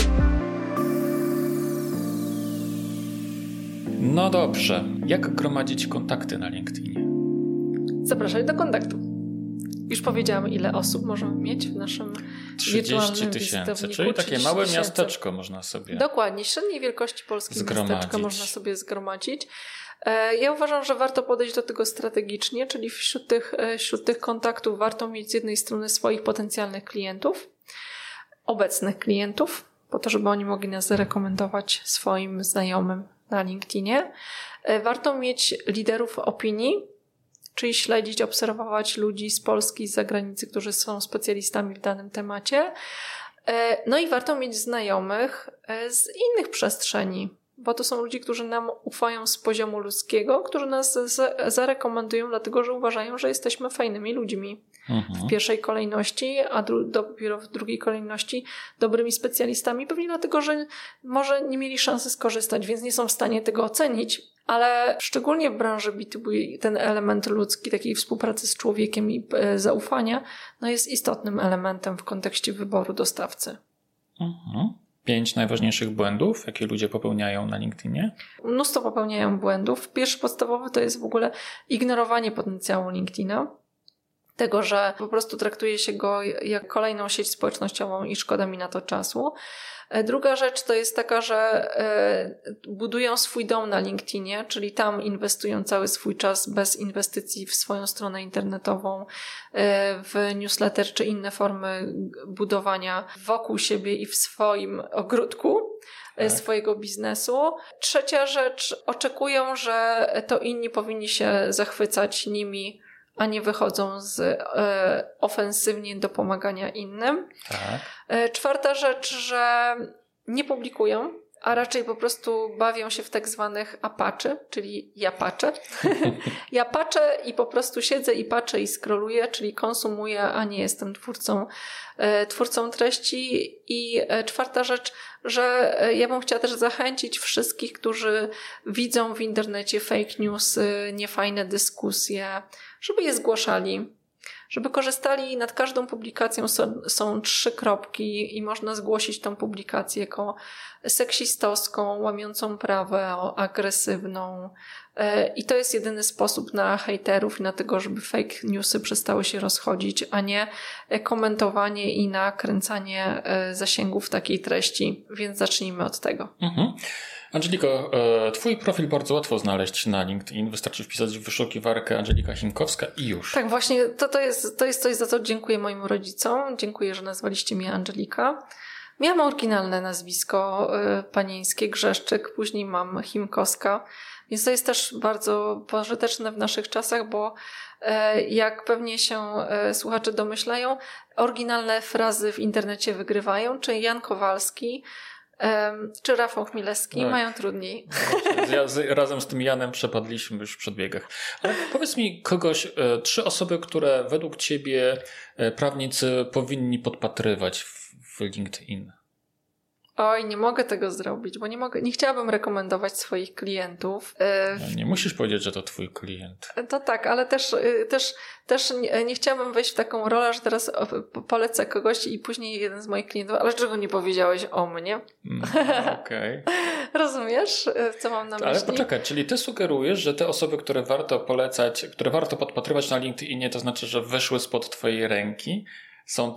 No dobrze, jak gromadzić kontakty na LinkedInie? Zapraszaj do kontaktu. Już powiedziałam, ile osób możemy mieć w naszym 30 000, czyli takie małe miasteczko można sobie dokładnie, średniej wielkości polskie miasteczko można sobie zgromadzić. Ja uważam, że warto podejść do tego strategicznie, czyli wśród tych kontaktów warto mieć z jednej strony swoich potencjalnych klientów, obecnych klientów, po to, żeby oni mogli nas zarekomendować swoim znajomym na LinkedInie. Warto mieć liderów opinii, czyli śledzić, obserwować ludzi z Polski, z zagranicy, którzy są specjalistami w danym temacie. No i warto mieć znajomych z innych przestrzeni, bo to są ludzie, którzy nam ufają z poziomu ludzkiego, którzy nas zarekomendują, dlatego że uważają, że jesteśmy fajnymi ludźmi. W pierwszej kolejności, a dopiero w drugiej kolejności dobrymi specjalistami, pewnie dlatego, że może nie mieli szansy skorzystać, więc nie są w stanie tego ocenić. Ale szczególnie w branży B2B ten element ludzki, takiej współpracy z człowiekiem i zaufania, jest istotnym elementem w kontekście wyboru dostawcy. 5 najważniejszych błędów, jakie ludzie popełniają na LinkedInie? Mnóstwo popełniają błędów. Pierwszy podstawowy to jest w ogóle ignorowanie potencjału LinkedIna. tego, że po prostu traktuje się go jak kolejną sieć społecznościową i szkoda mi na to czasu. Druga rzecz to jest taka, że budują swój dom na LinkedInie, czyli tam inwestują cały swój czas bez inwestycji w swoją stronę internetową, w newsletter czy inne formy budowania wokół siebie i w swoim ogródku swojego biznesu. Trzecia rzecz, oczekują, że to inni powinni się zachwycać nimi, a nie wychodzą ofensywnie do pomagania innym. Tak. Czwarta rzecz, że nie publikują, a raczej po prostu bawią się w tak zwanych apaczy, czyli ja patrzę. Ja patrzę i po prostu siedzę i patrzę i scrolluję, czyli konsumuję, a nie jestem twórcą treści. I czwarta rzecz, że ja bym chciała też zachęcić wszystkich, którzy widzą w internecie fake news, niefajne dyskusje, żeby je zgłaszali. Żeby korzystali, nad każdą publikacją są 3 kropki i można zgłosić tą publikację jako seksistowską, łamiącą prawo, agresywną. I to jest jedyny sposób na hejterów i na tego, żeby fake newsy przestały się rozchodzić, a nie komentowanie i nakręcanie zasięgów takiej treści. Więc zacznijmy od tego. Mhm. Angeliko, twój profil bardzo łatwo znaleźć na LinkedIn. Wystarczy wpisać w wyszukiwarkę Angelika Chimkowska i już. Tak, właśnie to jest coś, za co dziękuję moim rodzicom. Dziękuję, że nazwaliście mnie Angelika. Miałam oryginalne nazwisko panieńskie, Grzeszczyk, później mam Chimkowska. Więc to jest też bardzo pożyteczne w naszych czasach, bo jak pewnie się słuchacze domyślają, oryginalne frazy w internecie wygrywają, czy Jan Kowalski, czy Rafał Chmielewski tak. Mają trudniej. Razem z tym Janem przepadliśmy już w przedbiegach. Ale powiedz mi 3 osoby, które według ciebie prawnicy powinni podpatrywać w LinkedIn. Oj, nie mogę tego zrobić, bo nie chciałabym rekomendować swoich klientów. Nie musisz powiedzieć, że to twój klient. To tak, ale też nie chciałabym wejść w taką rolę, że teraz polecę kogoś i później jeden z moich klientów, ale czego nie powiedziałeś o mnie? Okej. Rozumiesz, co mam na myśli? Ale poczekaj, czyli ty sugerujesz, że te osoby, które warto polecać, które warto podpatrywać na LinkedInie, to znaczy, że wyszły spod twojej ręki, są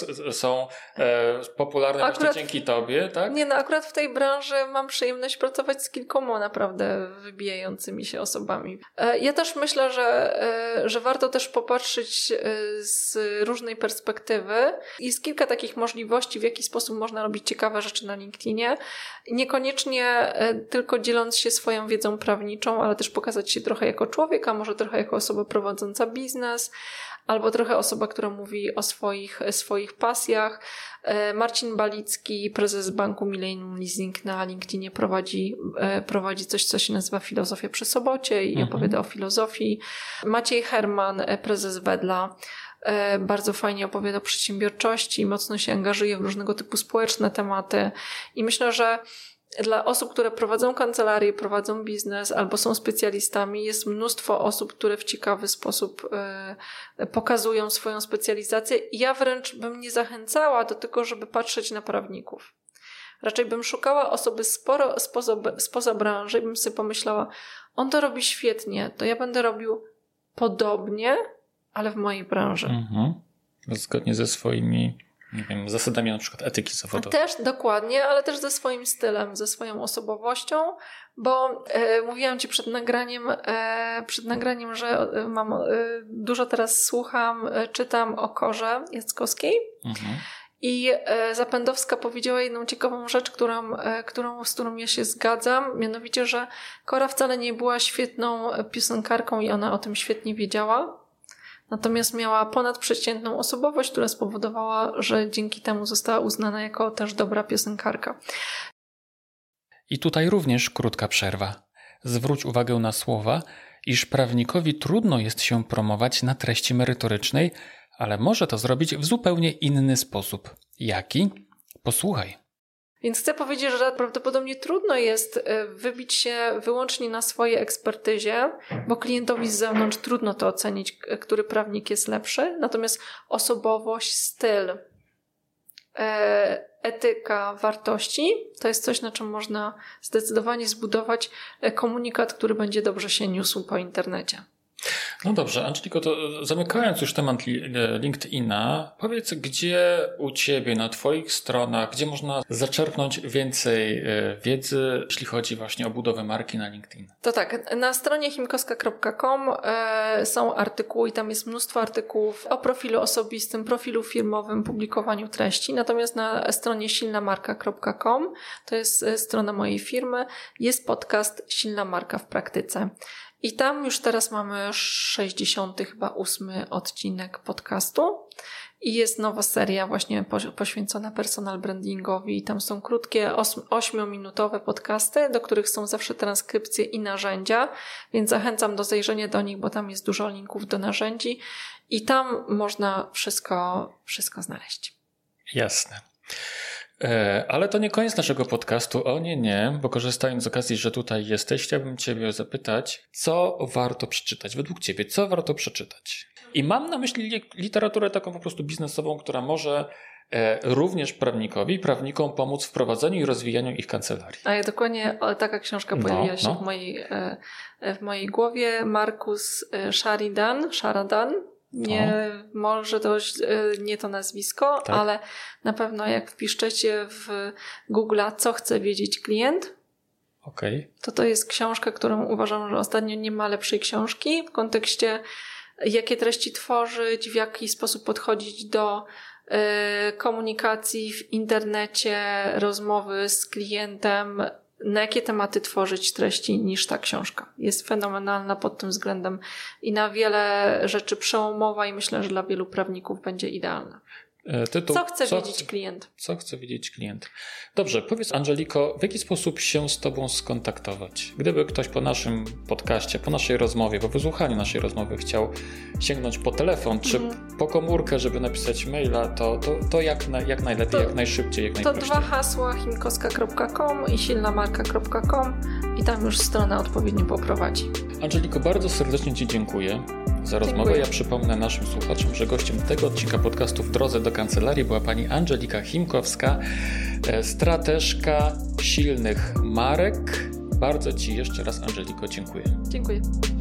popularne właśnie dzięki tobie, tak? Nie, akurat w tej branży mam przyjemność pracować z kilkoma naprawdę wybijającymi się osobami. Ja też myślę, że warto też popatrzeć z różnej perspektywy. Jest kilka takich możliwości, w jaki sposób można robić ciekawe rzeczy na LinkedInie. Niekoniecznie tylko dzieląc się swoją wiedzą prawniczą, ale też pokazać się trochę jako człowiek, a może trochę jako osoba prowadząca biznes, albo trochę osoba, która mówi o swoich pasjach. Marcin Balicki, prezes banku Millennium Leasing na LinkedInie prowadzi coś, co się nazywa Filozofia przy sobocie i opowiada o filozofii. Maciej Herman, prezes Wedla, bardzo fajnie opowiada o przedsiębiorczości, mocno się angażuje w różnego typu społeczne tematy i myślę, że dla osób, które prowadzą kancelarię, prowadzą biznes albo są specjalistami, jest mnóstwo osób, które w ciekawy sposób pokazują swoją specjalizację. Ja wręcz bym nie zachęcała do tego, żeby patrzeć na prawników. Raczej bym szukała osoby spoza branży i bym sobie pomyślała, on to robi świetnie, to ja będę robił podobnie, ale w mojej branży. Mhm. Zgodnie ze swoimi zasadami na przykład etyki zawodowej. Też dokładnie, ale też ze swoim stylem, ze swoją osobowością, bo mówiłam ci przed nagraniem, że dużo teraz słucham, czytam o Korze Jackowskiej i Zapędowska powiedziała jedną ciekawą rzecz, z którą ja się zgadzam, mianowicie, że Kora wcale nie była świetną piosenkarką i ona o tym świetnie wiedziała. Natomiast miała ponadprzeciętną osobowość, która spowodowała, że dzięki temu została uznana jako też dobra piosenkarka. I tutaj również krótka przerwa. Zwróć uwagę na słowa, iż prawnikowi trudno jest się promować na treści merytorycznej, ale może to zrobić w zupełnie inny sposób. Jaki? Posłuchaj. Więc chcę powiedzieć, że prawdopodobnie trudno jest wybić się wyłącznie na swojej ekspertyzie, bo klientowi z zewnątrz trudno to ocenić, który prawnik jest lepszy. Natomiast osobowość, styl, etyka, wartości to jest coś, na czym można zdecydowanie zbudować komunikat, który będzie dobrze się niósł po internecie. No dobrze, Angeliko, to zamykając już temat LinkedIna, powiedz, gdzie u Ciebie, na Twoich stronach, gdzie można zaczerpnąć więcej wiedzy, jeśli chodzi właśnie o budowę marki na LinkedIn? To tak, na stronie chimkowska.com są artykuły i tam jest mnóstwo artykułów o profilu osobistym, profilu firmowym, publikowaniu treści. Natomiast na stronie silnamarka.com, to jest strona mojej firmy, jest podcast Silna Marka w praktyce. I tam już teraz mamy 68 odcinek podcastu i jest nowa seria właśnie poświęcona personal brandingowi i tam są krótkie 8-minutowe podcasty, do których są zawsze transkrypcje i narzędzia, więc zachęcam do zajrzenia do nich, bo tam jest dużo linków do narzędzi i tam można wszystko znaleźć. Jasne. Ale to nie koniec naszego podcastu. O nie, bo korzystając z okazji, że tutaj jesteś, chciałbym Ciebie zapytać, co warto przeczytać według Ciebie? Co warto przeczytać? I mam na myśli literaturę taką po prostu biznesową, która może również prawnikom pomóc w prowadzeniu i rozwijaniu ich kancelarii. A ja dokładnie taka książka pojawiła się w mojej głowie. Marcus Sharadan. Może to nie to nazwisko, tak. Ale na pewno jak wpiszczecie w Google'a, co chce wiedzieć klient, to jest książka, którą uważam, że ostatnio nie ma lepszej książki w kontekście jakie treści tworzyć, w jaki sposób podchodzić do komunikacji w internecie, rozmowy z klientem, na jakie tematy tworzyć treści niż ta książka. Jest fenomenalna pod tym względem i na wiele rzeczy przełomowa i myślę, że dla wielu prawników będzie idealna. Tytuł, co chce wiedzieć klient? Co chce wiedzieć klient? Dobrze, powiedz Angeliko, w jaki sposób się z Tobą skontaktować? Gdyby ktoś po naszym podcaście, po naszej rozmowie, po wysłuchaniu naszej rozmowy chciał sięgnąć po telefon czy po komórkę, żeby napisać maila, to jak najlepiej, jak najszybciej, jak najprościej. To 2 hasła, chimkowska.com i silnamarka.com i tam już strona odpowiednio poprowadzi. Angeliko, bardzo serdecznie Ci dziękuję za rozmowę. Ja przypomnę naszym słuchaczom, że gościem tego odcinka podcastu W drodze do kancelarii była pani Angelika Chimkowska, strateżka silnych marek. Bardzo Ci jeszcze raz, Angeliko, dziękuję. Dziękuję.